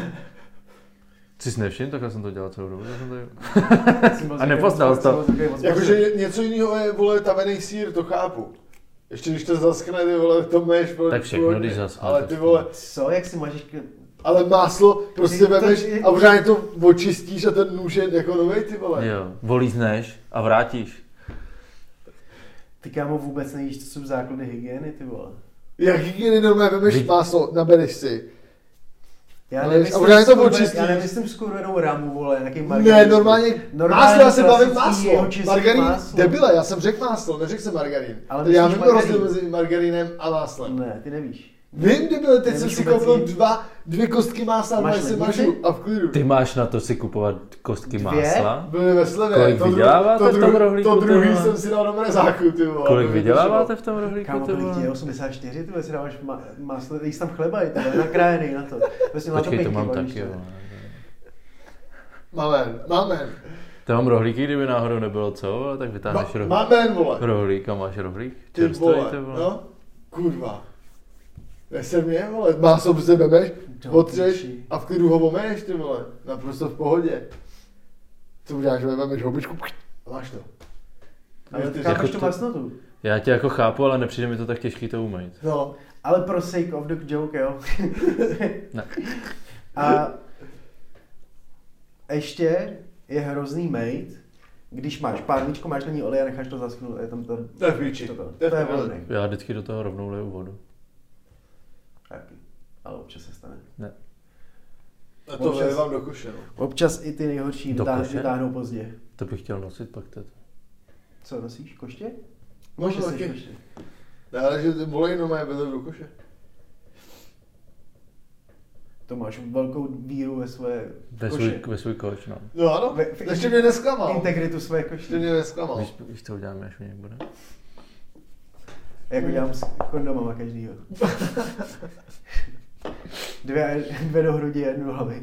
Jsi si nevšiml, takhle jsem to dělal celou dobu, jsem to... A nepoznal jsi to. Jakože něco jiného je, vole, tavený sýr, to chápu. Ještě když to zaschne, ty vole, to máš, vole, tak všechno, když zaschne. Ale ty vole... Co, jak si máš... Ale máslo prostě vemeš a pořádně to očistíš a ten nůž je jako novej, ty vole. Jo, volízneš a vrátíš. Ty kámo vůbec nevíš, co jsou základy hygieny, ty vole. Jak hygieny normálně vemeš Vy... máslo, nabereš si. Já nemyslím, to skurve, já nemyslím skurvenou ramu, vole, nějaký margarín. Ne, normálně, normálně máslo, já se bavím máslo. Margarín, debile, já jsem řekl máslo, neřekl jsem margarín. Ale já vím rozdíl mezi margarínem a máslem. Ne, ty nevíš. Vím, debile, teď jsem si koupil dva, dvě kostky másla, a si mažu a v klidu. Ty máš na to si kupovat kostky dvě? Másla? Byly ve slevě. Kolik to vyděláváte dru- v tom rohlíku? To druhý jsem si dal na mrezáku, ty vole. Kolik vyděláváte v tom rohlíku? Kámo, kolik ti je osmdesát čtyři, ty si dáváš ma- máslo, jíš tam chleba, je to nakrájený na to. Vlastně Počkej, to, to mám taky, jo. Máme, máme. To mám rohlíky, kdyby náhodou nebylo co, ale tak vytáhneš rohlík. Máme, vole. Rohlík a máš rohlík? Ty vole, no, kurva. Nese mě, vole, máslo prostě vemeš, otřeš a v klidu ho omeješ, ty vole, naprosto v pohodě. Co uděláš, vemeš houbičku a máš to. Ale ty chápeš tu masnotu. Já tě jako chápu, ale nepřijde mi to tak těžký to umýt. No. Ale pro sake of the joke, jo. Ne. A ještě je hrozný mejt, když máš párničku, máš na ní olej a necháš to zaschnout, je tam to... To je píči. To, to, to je velmi. Já vždycky do toho rovnou leju vodu. Taky. Ale občas se stane. Ne. A to občas, vám do koše, no. Občas i ty nejhorší vytáhnou pozdě. To bych chtěl nosit pak teď. Co nosíš? Koště? Možná taky. Koště. Ne, ale že ty volej normálně byly do koše. To máš velkou víru ve své ve koše. Svůj, ve svůj koš, no. No ano, ve, v, ještě mě nesklamal. Integritu své koše. Ještě mě nesklamal. Víš, víš co uděláme, až mě bude? Jako dělám s kondomama každýho. Dvě, dvě do hrudi, jednu do hlavy.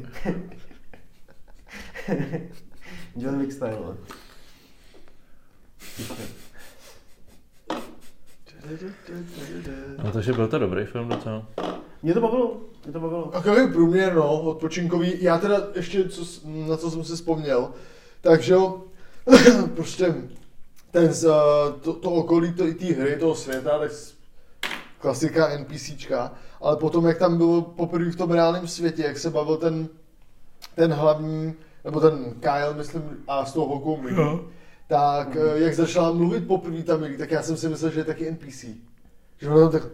John Wick style. No takže byl to dobrý film docela. Mě to bavilo, mě to bavilo. Takový průměr, no, odpočinkový. Já teda ještě, co, na co jsem si vzpomněl, takže jo, prostě ten, to, to okolí té hry, toho světa, tak klasika NPCčka, ale potom, jak tam bylo poprvé v tom reálném světě, jak se bavil ten, ten hlavní, nebo ten Kyle, myslím, a s tou holkou Millie, no. Tak mm. jak začala mluvit poprvé tam Millie, tak já jsem si myslel, že je taky N P C. Že ono tak...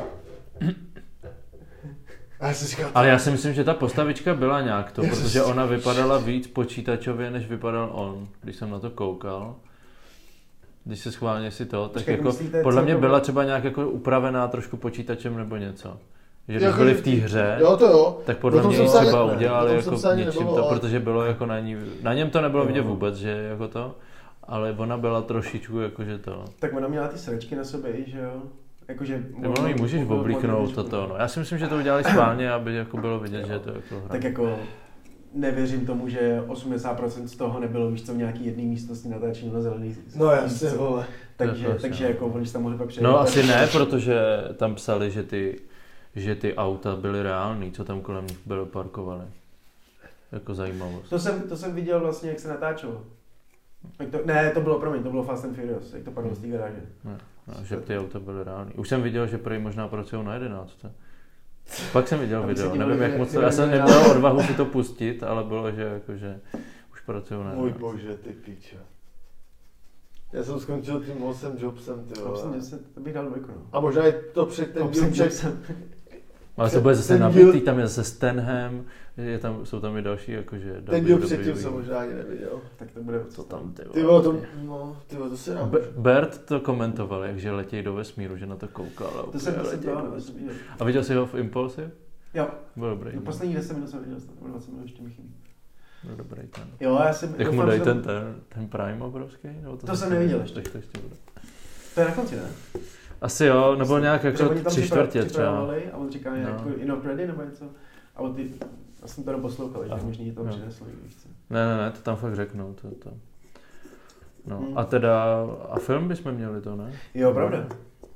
Já říkal, ale já si myslím, že ta postavička byla nějak to, protože ona vypadala víc počítačově, než vypadal on, když jsem na to koukal. Když se schválně si to, tak Počkej, jako myslíte, podle mě byla třeba nějak jako upravená trošku počítačem nebo něco. Že když byli v té hře, jo, to jo. tak podle mě ji třeba ne, udělali jako něčím to, ale... protože bylo jako na ní, na něm to nebylo vidět vůbec, že jako to, ale ona byla trošičku jakože to. Tak ona měla ty sračky na sobě, že jo? Jakože ono ji můžeš oblíknout toto, no. Já si myslím, že to udělali schválně, aby jako bylo vidět, jo. Že je to jako hra. Tak jako nevěřím tomu, že osmdesát procent z toho nebylo, víš co, v nějaký jedný místnosti natáčení na zelený. No jasně, vole. Takže, to takže jako oni tam mohli pak přejít. No asi ne, protože tam psali, že ty, že ty auta byly reální, co tam kolem nich bylo parkovaly. Jako zajímavost. To jsem, to jsem viděl vlastně, jak se natáčelo. Jak to, ne, to bylo, promiň, to bylo Fast and Furious, jak to padlo z té garáže. Ne, no, že ty auta byly reální. Už jsem viděl, že prý možná pracují na jedenácté. Pak jsem viděl video, nevím jak moc to, já jsem neměl odvahu si to pustit, ale bylo, že jakože už pracuju na. Můj bože, ty píče. Já jsem skončil tím Osem Jobsem, ty vole. Osem Jobsem, to bych dal dvojku, no. A možná i to před ten díl před... Ale to bude zase nabitý, tam je zase Stenham, je tam, jsou tam i další, jakože... Ten díl předtím jsem možná ani neviděl. Tak to bude... Co tam, ty vole? Ty vole, to, no, ty vole, to se nám... Bert to komentoval, jakže letějí do vesmíru, že na to koukal. To jsem prostě to A viděl jsi ho v Impulsive? Jo. Byl dobrý. No, poslední deset minut jsem viděl, to dvacet minut ještě mi chybí. Byl dobrý ten. Jo, já jsem... Jak mu dají ten, ten, ten Prime obrovský? No, to, to jsem neviděl ještě. To ještě bude. To je na konci, ne? Asi jo, nebo nějak jako tři čtvrtě třeba. A on říká nějak no. Enough ready nebo něco. A on ty, já jsem to jenom poslouchal, že možný to no. přinesl, víš co. Ne, ne, ne, to tam fakt řeknou, to, to. No, hmm. a teda, a film bychom měli to, ne? Jo, pravda.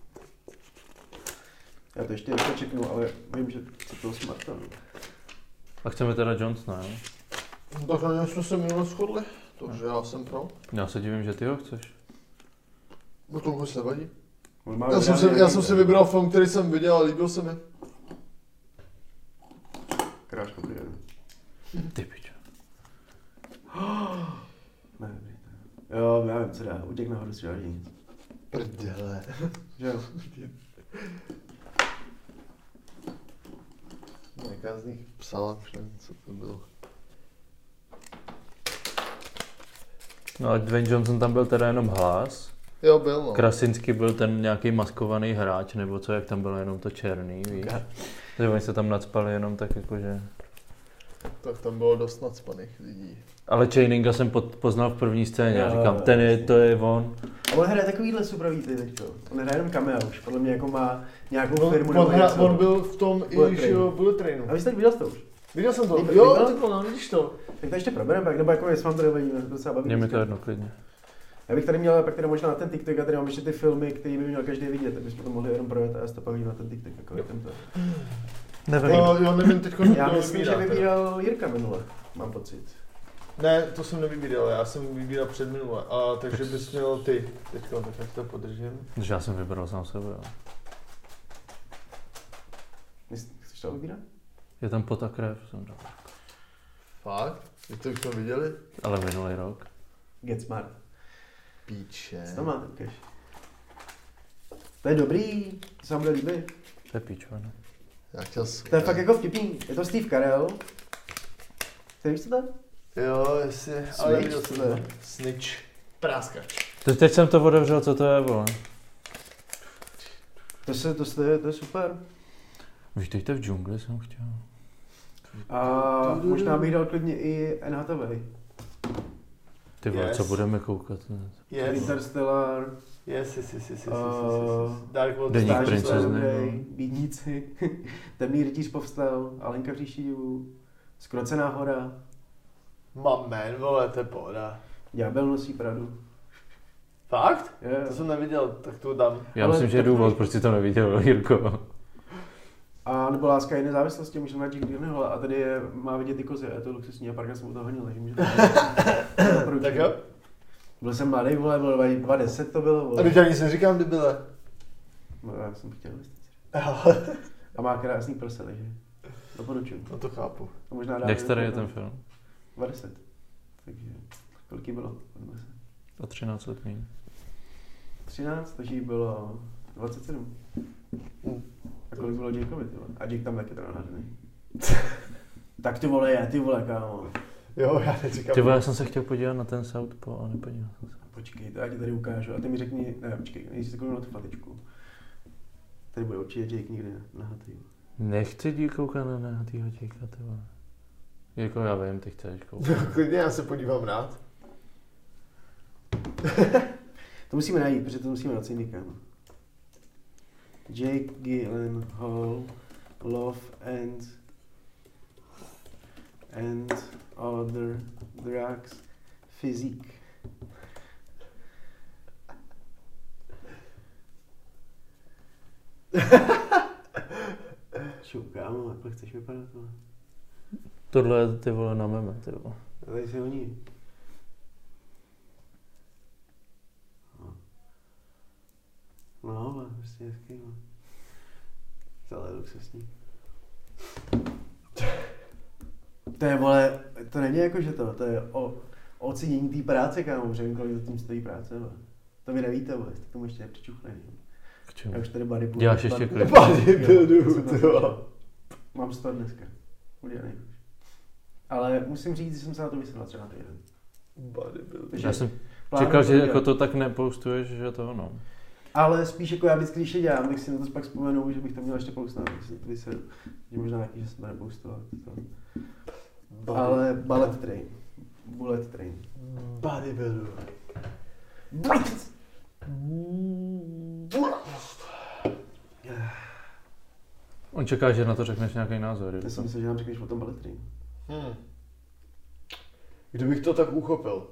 Já to ještě něco čeknu, ale vím, že co to smart. A chceme teda Johnsona, jo? Tak na něm jsme se minule shodli, takže já jsem pro. Já se divím, že ty ho chceš. No to vůbec nevadí. Já jsem, si, já jsem si vybral film, který jsem viděl a líbil se mi. Kráško, ty Ty pičo. Ne, jo, já vím, co dá. Utěk nahoru si žádný nic. Prděle. Že jo? Nějaká z nich psala, že co to bylo. No a Dwayne Johnson tam byl teda jenom hlas. Jo, byl no. Krasinski byl ten nějaký maskovaný hráč, nebo co, jak tam bylo jenom to černý, víš. Takže oni se tam nacpali jenom tak jakože... Tak tam bylo dost nacpaných lidí. Ale Channinga jsem poznal v první scéně a říkám, ten je, to je on. A on hraje takovýhle suprový ty teďko. On hraje jenom cameo už, podle mě jako má nějakou on, firmu. On, hra, on byl v tom i jo, Bullet Trainu. A vy jste viděl to už? Viděl jsem to, jo, ty no, vidíš to. Tak to ještě probereme pak, nebo jako jestli vám to nevadí, to se baví. Je mi to jedno, klidně. Já bych tady měl pak teda možná na ten TikTok, a tady mám ještě ty filmy, které by měl každý vidět, tak bychom to mohli jenom projet a já to pak na ten TikTok, jako je tento. Nevím. Jo, jo, nevím teďko, já myslím, že vybíral Jirka minule, mám pocit. Ne, to jsem nevybíral, já jsem vybíral před minule, a takže bys měl ty teďko, tak jak to podržím. Takže já jsem vybral sám sebe, jo. Chceš to vybírat? Je tam pot a krev, jsem dal. Fakt? Vy to už jsme viděli? Ale minulý rok. Get Smart. Píče. Co to máte, Keš? To je dobrý, to se vám bude líbit. To je píčovina. Já chtěl jsem. To je fakt jako vtipný, je to Steve Carell. Ty víš co to? Jo, jestli, ale viděl jsem to. Snitch. Práskač. To teď jsem to otevřel, co to je, vole. To, se, to, se, to je super. Víš, teď to v džungli jsem chtěl. A možná bych dal klidně i Anne Hathaway. Ty vole, yes. Co budeme koukat? Yes. Interstellar. Yes, yes, yes, yes, yes, yes, Uh, yes. Dark World. Deník princezny. Bídníci. Temný rytíř povstal. Alenka v říši divů. Zkrocená hora. Mamen, vole, to je pohoda. Ďábel nosí Pradu. Fakt? Yeah. To jsem neviděl, tak to dám. Já ale myslím, že je důvod, proč jsi to neviděl, Jirko. A nebo Láska je nezávislosti, můžeme mít Jake Gyllenhaal a tady je, má vidět ty kozy a je to luxusní a párkrát jsem u toho honil, takže můžeme to tak jo? Byl jsem mladý, vole, bylo dva deset to bylo, vole. A teď ani si neříkám, kdy byle. No, já jsem chtěl listici. A má krásný prsa, takže doporučuji. No to chápu. A možná jak starý je ten film? dva deset. Takže kolik jí bylo? O třináct let méně. třináct, takže jí bylo dvacet sedm. Mm. A kolik bylo Jakeovi, ty vole? A Jake tam taky teda nádherný. Tak ty vole, je, ty vole, kámo. Jo, já neříkám. Ty vole, já jsem se chtěl podívat na ten Southpaw, ale nepodíval jsem se. Počkej, to já ti tady ukážu a ty mi řekni, ne, počkej, nejsi se kouknu na tu fatičku. Tady bude určitě Jake někde nahatý. Nechci dí koukat na nahatýho Jakea, ty vole. Jako já vím, ty chceš koukat. Klidně, já se podívám rád. To musíme najít, protože to musíme nacenit někam. Jake Gyllenhaal, Love and and Other Drugs, Physique. Čo, kámo, jak chceš vypadat tohle? Tohle je ty vole na meme, ty vole. Tady se honí. No, ale prostě hezký, no. Celé luxusní. To je, vole, to není jako, že to, to je o, o ocenění té práce, kámo, že kolik za tím stojí práce, vole. To vy nevíte, vole, jste k tomu ještě nepřičuchli. K čemu? Já už tady bodybuildu. Děláš ještě klip. Bodybuildu, to mám z toho dneska. Udělaný. Ale musím říct, že jsem se na to vysvětla třeba na týden. Bodybuildu. Já jsem čekal, že jako to tak nepostuješ, že to ono. Ale spíš jako já vždycky, když je dělám, tak si na to pak vzpomenu, že bych to měl ještě postovat. Že možná nějaký, že jsem to nepostoval. Ale ballet train. Bullet train. Bodybuildu. On čeká, že na to řekneš nějaký názor. Já jsem myslel, že nám řekneš o tom ballet train. Hmm. Kdybych to tak uchopil.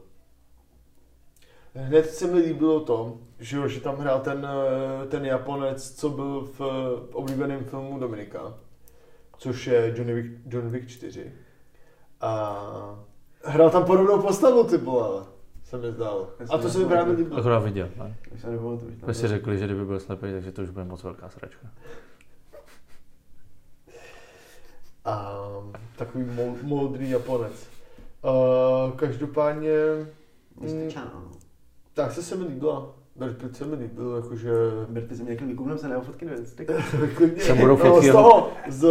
Hned se mi líbilo to, že, že tam hrál ten, ten Japonec, co byl v oblíbeném filmu Dominika, což je Johnny Wick, John Wick čtyři. A hrál tam podobnou postavu, ty vole, se mi zdálo. A to se mi právě líbilo. Akorát viděl, ne? Vy si řekli, že kdyby byl slepý, takže to už bude moc velká sračka. A takový moudrý Japonec. Uh, každopádně... Mm, tak se se mi líbila. Berpit se mi líbil, jakože... Berpit se mi nějaký vykoumnem se nebo fotky dvě. Tam budou fotky... No, z toho, z...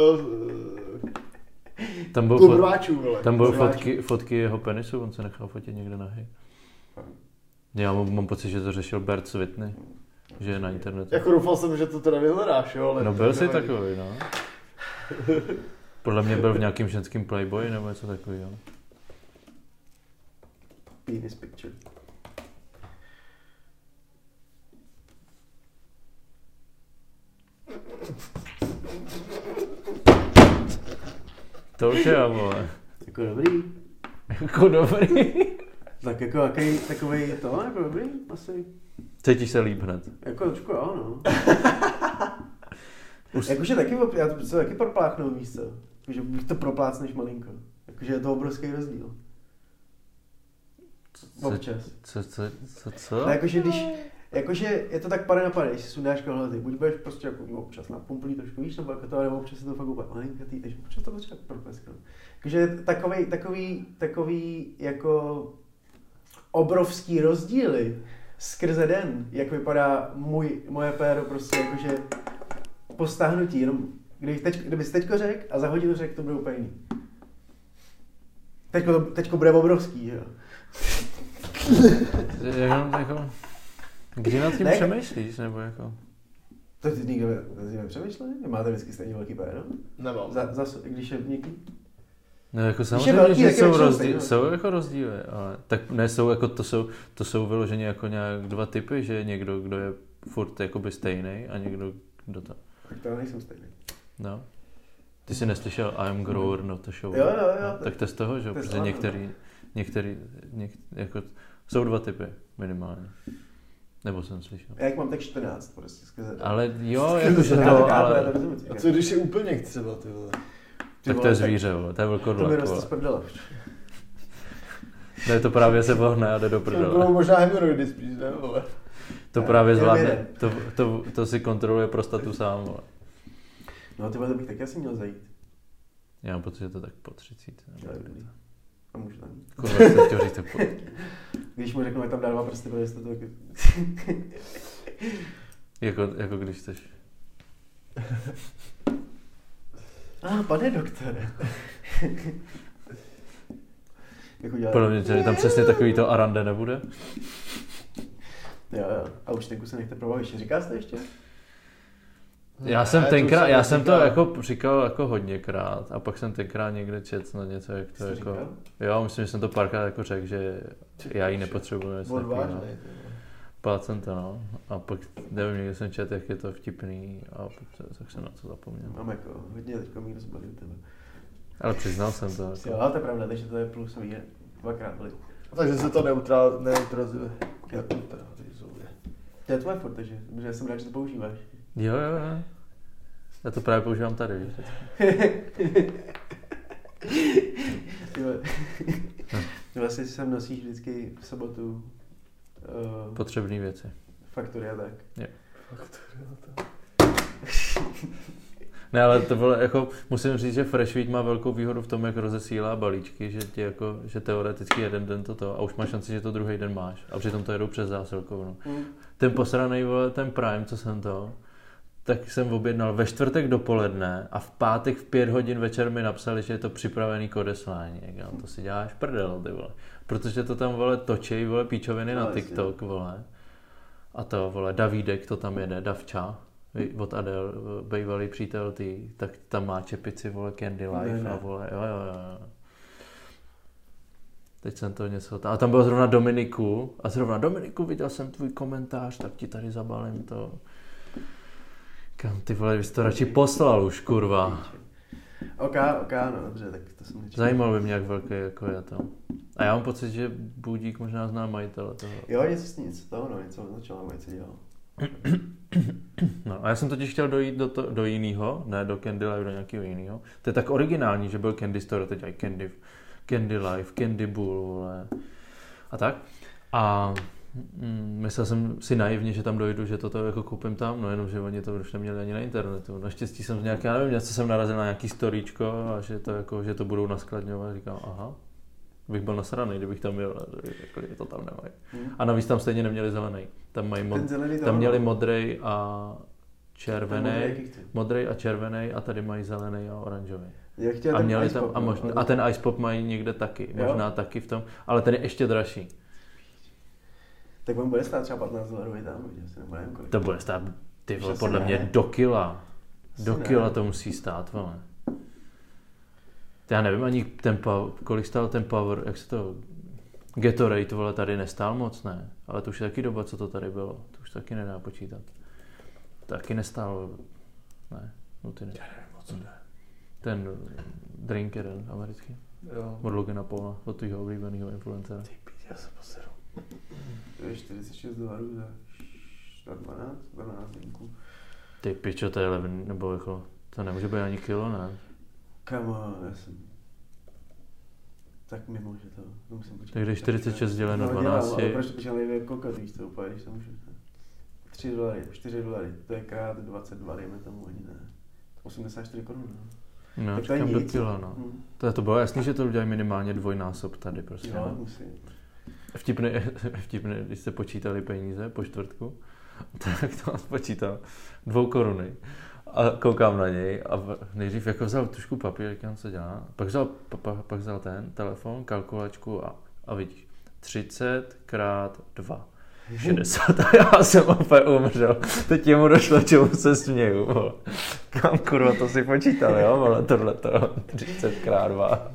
Tam byl, fot... Tam byl fotky, fotky jeho penisu, on se nechal fotit někde nahý. Já mám, mám pocit, že to řešil Bert Whitney, že je na internetu. Jako doufal jsem, že to teda vyhledáš, jo? Ale no byl jsi takový, no. Podle mě byl v nějakým ženským Playboy nebo něco takového. Penis picture. To už je, vole. Jako dobrý. Jako dobrý. Tak jako jaký takovej to, jako dobrý, asi. Cítíš se líp hned. Jako trošku jo, no. Jakože taky, já to taky propláchnou, víš co. Jakože bych to proplácneš malinko. Jakože je to obrovský rozdíl. Občas. Co, co, co, co? No, jakože když, jakože je to tak pade na pade, když si sundáš kalhoty, buď budeš prostě jako občas napumplý trošku víš, nebo jako to, nebo občas je to fakt úplně malinkatý, takže občas to potřeba proplesknout. Jakože takový, takový, takový jako obrovský rozdíly skrze den, jak vypadá můj, moje péro prostě jakože po stáhnutí, jenom kdybych teď, kdybys teďko řekl a za hodinu řekl, to bude úplně jiný. Teďko, teďko bude obrovský, jo. Jenom jako, kdy nad tím ne, přemýšlíš, nebo jako? To ty nikdo nepřemýšleli? Máte vždycky stejně velký péro? Nemám. Za, za, když je měkký? No jako samozřejmě, velký, že jsou, rozdíl, jsou jako rozdíly, ale tak ne, jsou jako, to jsou, to jsou vyloženě jako nějak dva typy, že někdo, kdo je furt jakoby stejný a někdo, kdo to. Tak to nejsem stejný. No. Ty jsi neslyšel I am grower, not the show. Jo, jo, jo. No, tak to je z toho, že? Protože některý, některý, něk, jako, jsou dva typy minimálně. Nebo jsem slyšel. Já jak mám tak čtrnáct, prostě skrze. Ale jo, jakože to, ale... A co když je úplně třeba, ty vole? Tak to je zvíře, vole, to je velkodlak, to mi roste z prdele. Ne, to právě se vohne a jde do prdele. To bylo možná hemoroidy spíš, ne, vole? To právě zvládne, to, to, to si kontroluje prostatu sám, vole. No tyhle, to bych taky asi měl zajít. Já mám pocit, že to tak po třicítce. A možná. Kurva, jsem chtěl říct, tak po... Když mu řeknu, jak tam dá dva prsty, protože jste to taky... jako, jako když chceš. A, ah, pane doktore. jako dělá... Podle mě, že tam přesně takový to arande nebude. Jo, jo. A účtenku se nechte probavit. Říká jste ještě? Já jsem ne, tenkrát, já jsem to jako říkal jako hodněkrát a pak jsem tenkrát někde četl na něco, jak to jako... Říkal? Jo, myslím, že jsem to párkrát jako řekl, že já ji nepotřebuji. Plácem to, no. A pak nevím, někde jsem četl, jak je to vtipný a tak jsem na to zapomněl. Mám jako hodně teďko mínus body u tebe. Ale přiznal jsem to. Jako. Jo, ale to je pravda, takže to je plusový, dvakrát byli. Takže se to neutrál, neutralizuje. To je tvoje furt, takže já jsem rád, že to používáš. Jo, jo, jo. Já to právě používám tady, víš. Ty vlastně sem nosíš vždycky v sobotu uh, potřebné věci. Faktury a tak. Jo. Faktury a tak. Ne, ale to bylo jako, musím říct, že Fresh Week má velkou výhodu v tom, jak rozesílá balíčky, že ti jako, že teoreticky jeden den toto a už máš šanci, že to druhý den máš a přitom to jedou přes zásilkovnu. Mm. Ten posranej, vole, ten Prime, co jsem to, tak jsem objednal ve čtvrtek dopoledne a v pátek v pět hodin večer mi napsali, že je to připravený k odeslání. Jak to si děláš prdel, ty vole. Protože to tam, vole, točí, vole, píčoviny no, na TikTok, vole. A to, vole, Davídek to tam jede, Davča, od Adele, bývalý přítel tý, tak tam má čepici, vole, Candy Life a vole, jo, jo, jo. Teď jsem to něco... A tam byl zrovna Dominiku a zrovna Dominiku, viděl jsem tvůj komentář, tak ti tady zabalím to. Kam ty vole, bys to radši poslal už, kurva. Ok, ok, no dobře, tak to jsem nečekal. Zajímal by mě, jak velký jako je to. A já mám pocit, že Budík možná zná majitele toho. Jo, něco s nic, to no, něco začala majice dělal. No a já jsem totiž chtěl dojít do, to, do jiného, ne do Candy Life, do nějakého jiného. To je tak originální, že byl Candy Store, teď aj Candy, Candy Life, Candy Bull, vole. A tak. A mm, myslel jsem si naivně, že tam dojdu, že toto jako koupím tam, no jenom, že oni to už neměli ani na internetu. Naštěstí jsem z nějaké, já nevím, něco jsem narazil na nějaký storíčko a že to, jako, že to budou naskladňovat. Říkám, aha, bych byl nasranej, kdybych tam byl, že to tam nemají. Hmm. A navíc tam stejně neměli zelený. Tam, mají mod, tam měli modrej a červený, modrej a červený a tady mají zelený a oranžový. A měli tam, a, možná, a ten Ice Pop mají někde taky, jo? Možná taky v tom, ale ten je ještě dražší. Tak on bude stát třeba patnáct dolarů tam, že se nebude kolik. To bude stát, ty vole, podle mě ne. do kila. Do kila to musí stát, vole. Já nevím ani ten power, kolik stál ten power, jak se to... Gatorade, vole, tady nestál moc, ne? Ale to už je taky doba, co to tady bylo. To už taky nedá počítat. Taky nestál, ne? No ty ne. Já nevím, o co jde. Ten drink jeden americký. Jo. Od Logana Paula, od tvýho oblíbeného influencera. Ty pít, já se poseru. To je čtyřicet šest dolarů za dvanáct, dvanáct drinků. Ty pičo, to je levný, nebo jako, to nemůže být ani kilo, ne? Kamo, já jsem... Tak mimo, že to, to musím počítat. Tak když čtyřicet šest děleno na dvanáct... No, ale proč to počítal nejde kokat, víš to úplně, když to můžu... tři dolary, čtyři dolary, to je krát dvacet dva, dejme tomu, ani ne. osmdesát čtyři korun, no. No, tak říkám do kila, no. Hmm. To, to bylo jasný, že to udělají minimálně dvojnásob tady, prostě. Jo, musí. Vtipný, vtipný, když se počítali peníze po čtvrtku, tak to on počítal dvou koruny. A koukám na něj a nejdřív jako vzal tušku papír, říkám, co dělá. Pak vzal, pa, pak vzal ten telefon, kalkulačku a, a vidíš, třicet krát dva. šedesát a já jsem opět umřel. Teď mu došlo, čemu se směju. Kam kurva to si počítal, jo? Vole, tohleto, třicet krát dva.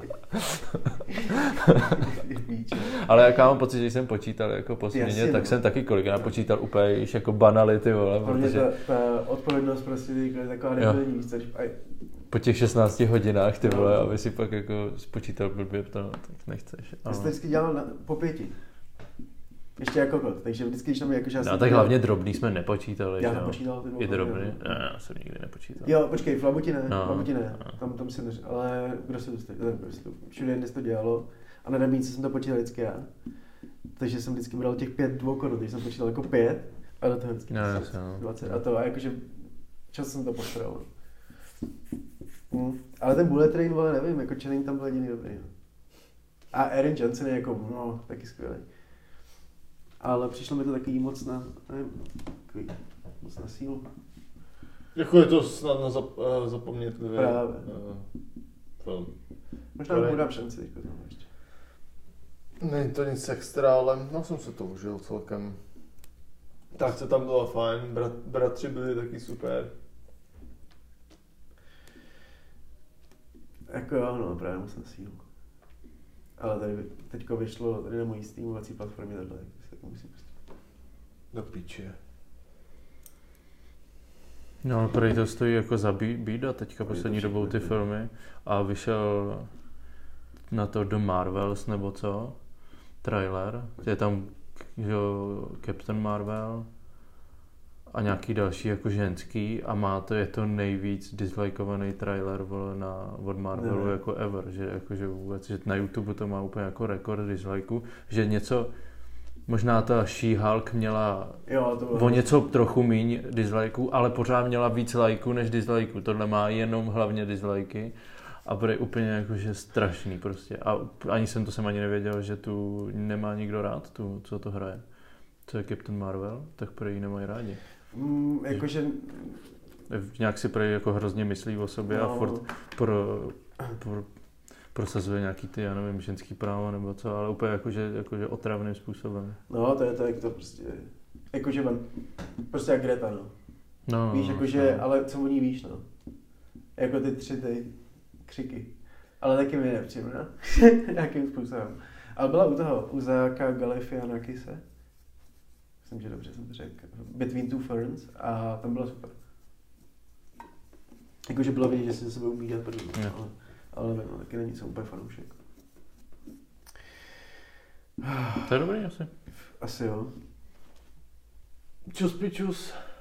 Ale jak já mám pocit, že jsem počítal jako po směně, tak jsem taky kolikrát počítal úplně již jako banality, vole. Protože ta, ta odpovědnost prostě je taková nebylní, víc, po těch šestnácti hodinách, ty vole, aby si pak jako spočítal blbě, to tak nechceš. Já jsem to vždycky dělal na, po pěti. Ještě jako god, takže vždycky, když tam jakože... No tak hlavně drobný jsme nepočítali, já že nepočítal jo? I drobný? Ne, já jsem nikdy nepočítal. Jo, počkej, v Labuti ne, no, v Labuti ne, no. tam, tam si neř... ale kdo se dostal, všude jinde se to dělalo a na Debíce jsem to počítal vždycky já. Takže jsem vždycky bral těch pět dvou korun, takže jsem počítal jako pět a do toho vždycky no, deset, no. dvacet a to a jakože čas jsem to posral. Hmm. Ale ten bullet train, vole, nevím, jako Channing tam byl jediný dobrý. No. A Aaron Johnson je jako, no, taky skvělý. Ale přišlo mi to takový moc na, nevím, takový moc na sílu. Jako je to snadno zap, uh, zapomnět. Právě. Uh, film. Možná mu dám šanci teďko tomu ještě. Není to nic extra, ale no jsem se to užil celkem. Tak se tam bylo fajn, Brat, bratři byli taky super. Jako jo, no, právě moc na sílu. Ale tady teďko vyšlo tady na mojí streamovací platformě tohle, tak se to musím prostě... Do piče. No, prej to stojí jako za bída teďka poslední dobou ty filmy a vyšel na to The Marvels nebo co, trailer, je tam jo, Captain Marvel a nějaký další jako ženský a má to, je to nejvíc dislikeovaný trailer vole, na, od Marvelu ne. Jako ever, že, jako, že vůbec, že na YouTube to má úplně jako rekord dislikeů, že něco Možná ta She-Hulk měla jo, to o něco trochu míň dislikeů, ale pořád měla víc lajků než dislikeů. Tohle má jenom hlavně dislikey a bude úplně jakože strašný prostě. A ani jsem to jsem ani nevěděl, že tu nemá nikdo rád, tu, co to hraje. Co je Captain Marvel, tak prý nemají rádi. Mm, jakože... Nějak si prý jako hrozně myslí o sobě no. a furt pro, pro, prosazuje nějaký ty, já nevím, ženský práva nebo co, ale úplně jakože, jakože otravným způsobem. No, to je to, jak to prostě, jakože man, prostě jak Greta, no. no víš, jakože, no. ale co o ní víš, no. Jako ty tři ty křiky. Ale taky mi nepřijde, no. Nějakým způsobem. Ale byla u toho, u Zaka Galifianakise. Myslím, že dobře jsem to řekl. Between Two Ferns a tam bylo super. Jakože bylo vidět, že si se sebou umí dělat první, yeah. ale, ale nevím, no, taky není jsem úplně fanoušek. To je dobrý asi. Asi jo. Čus pičus.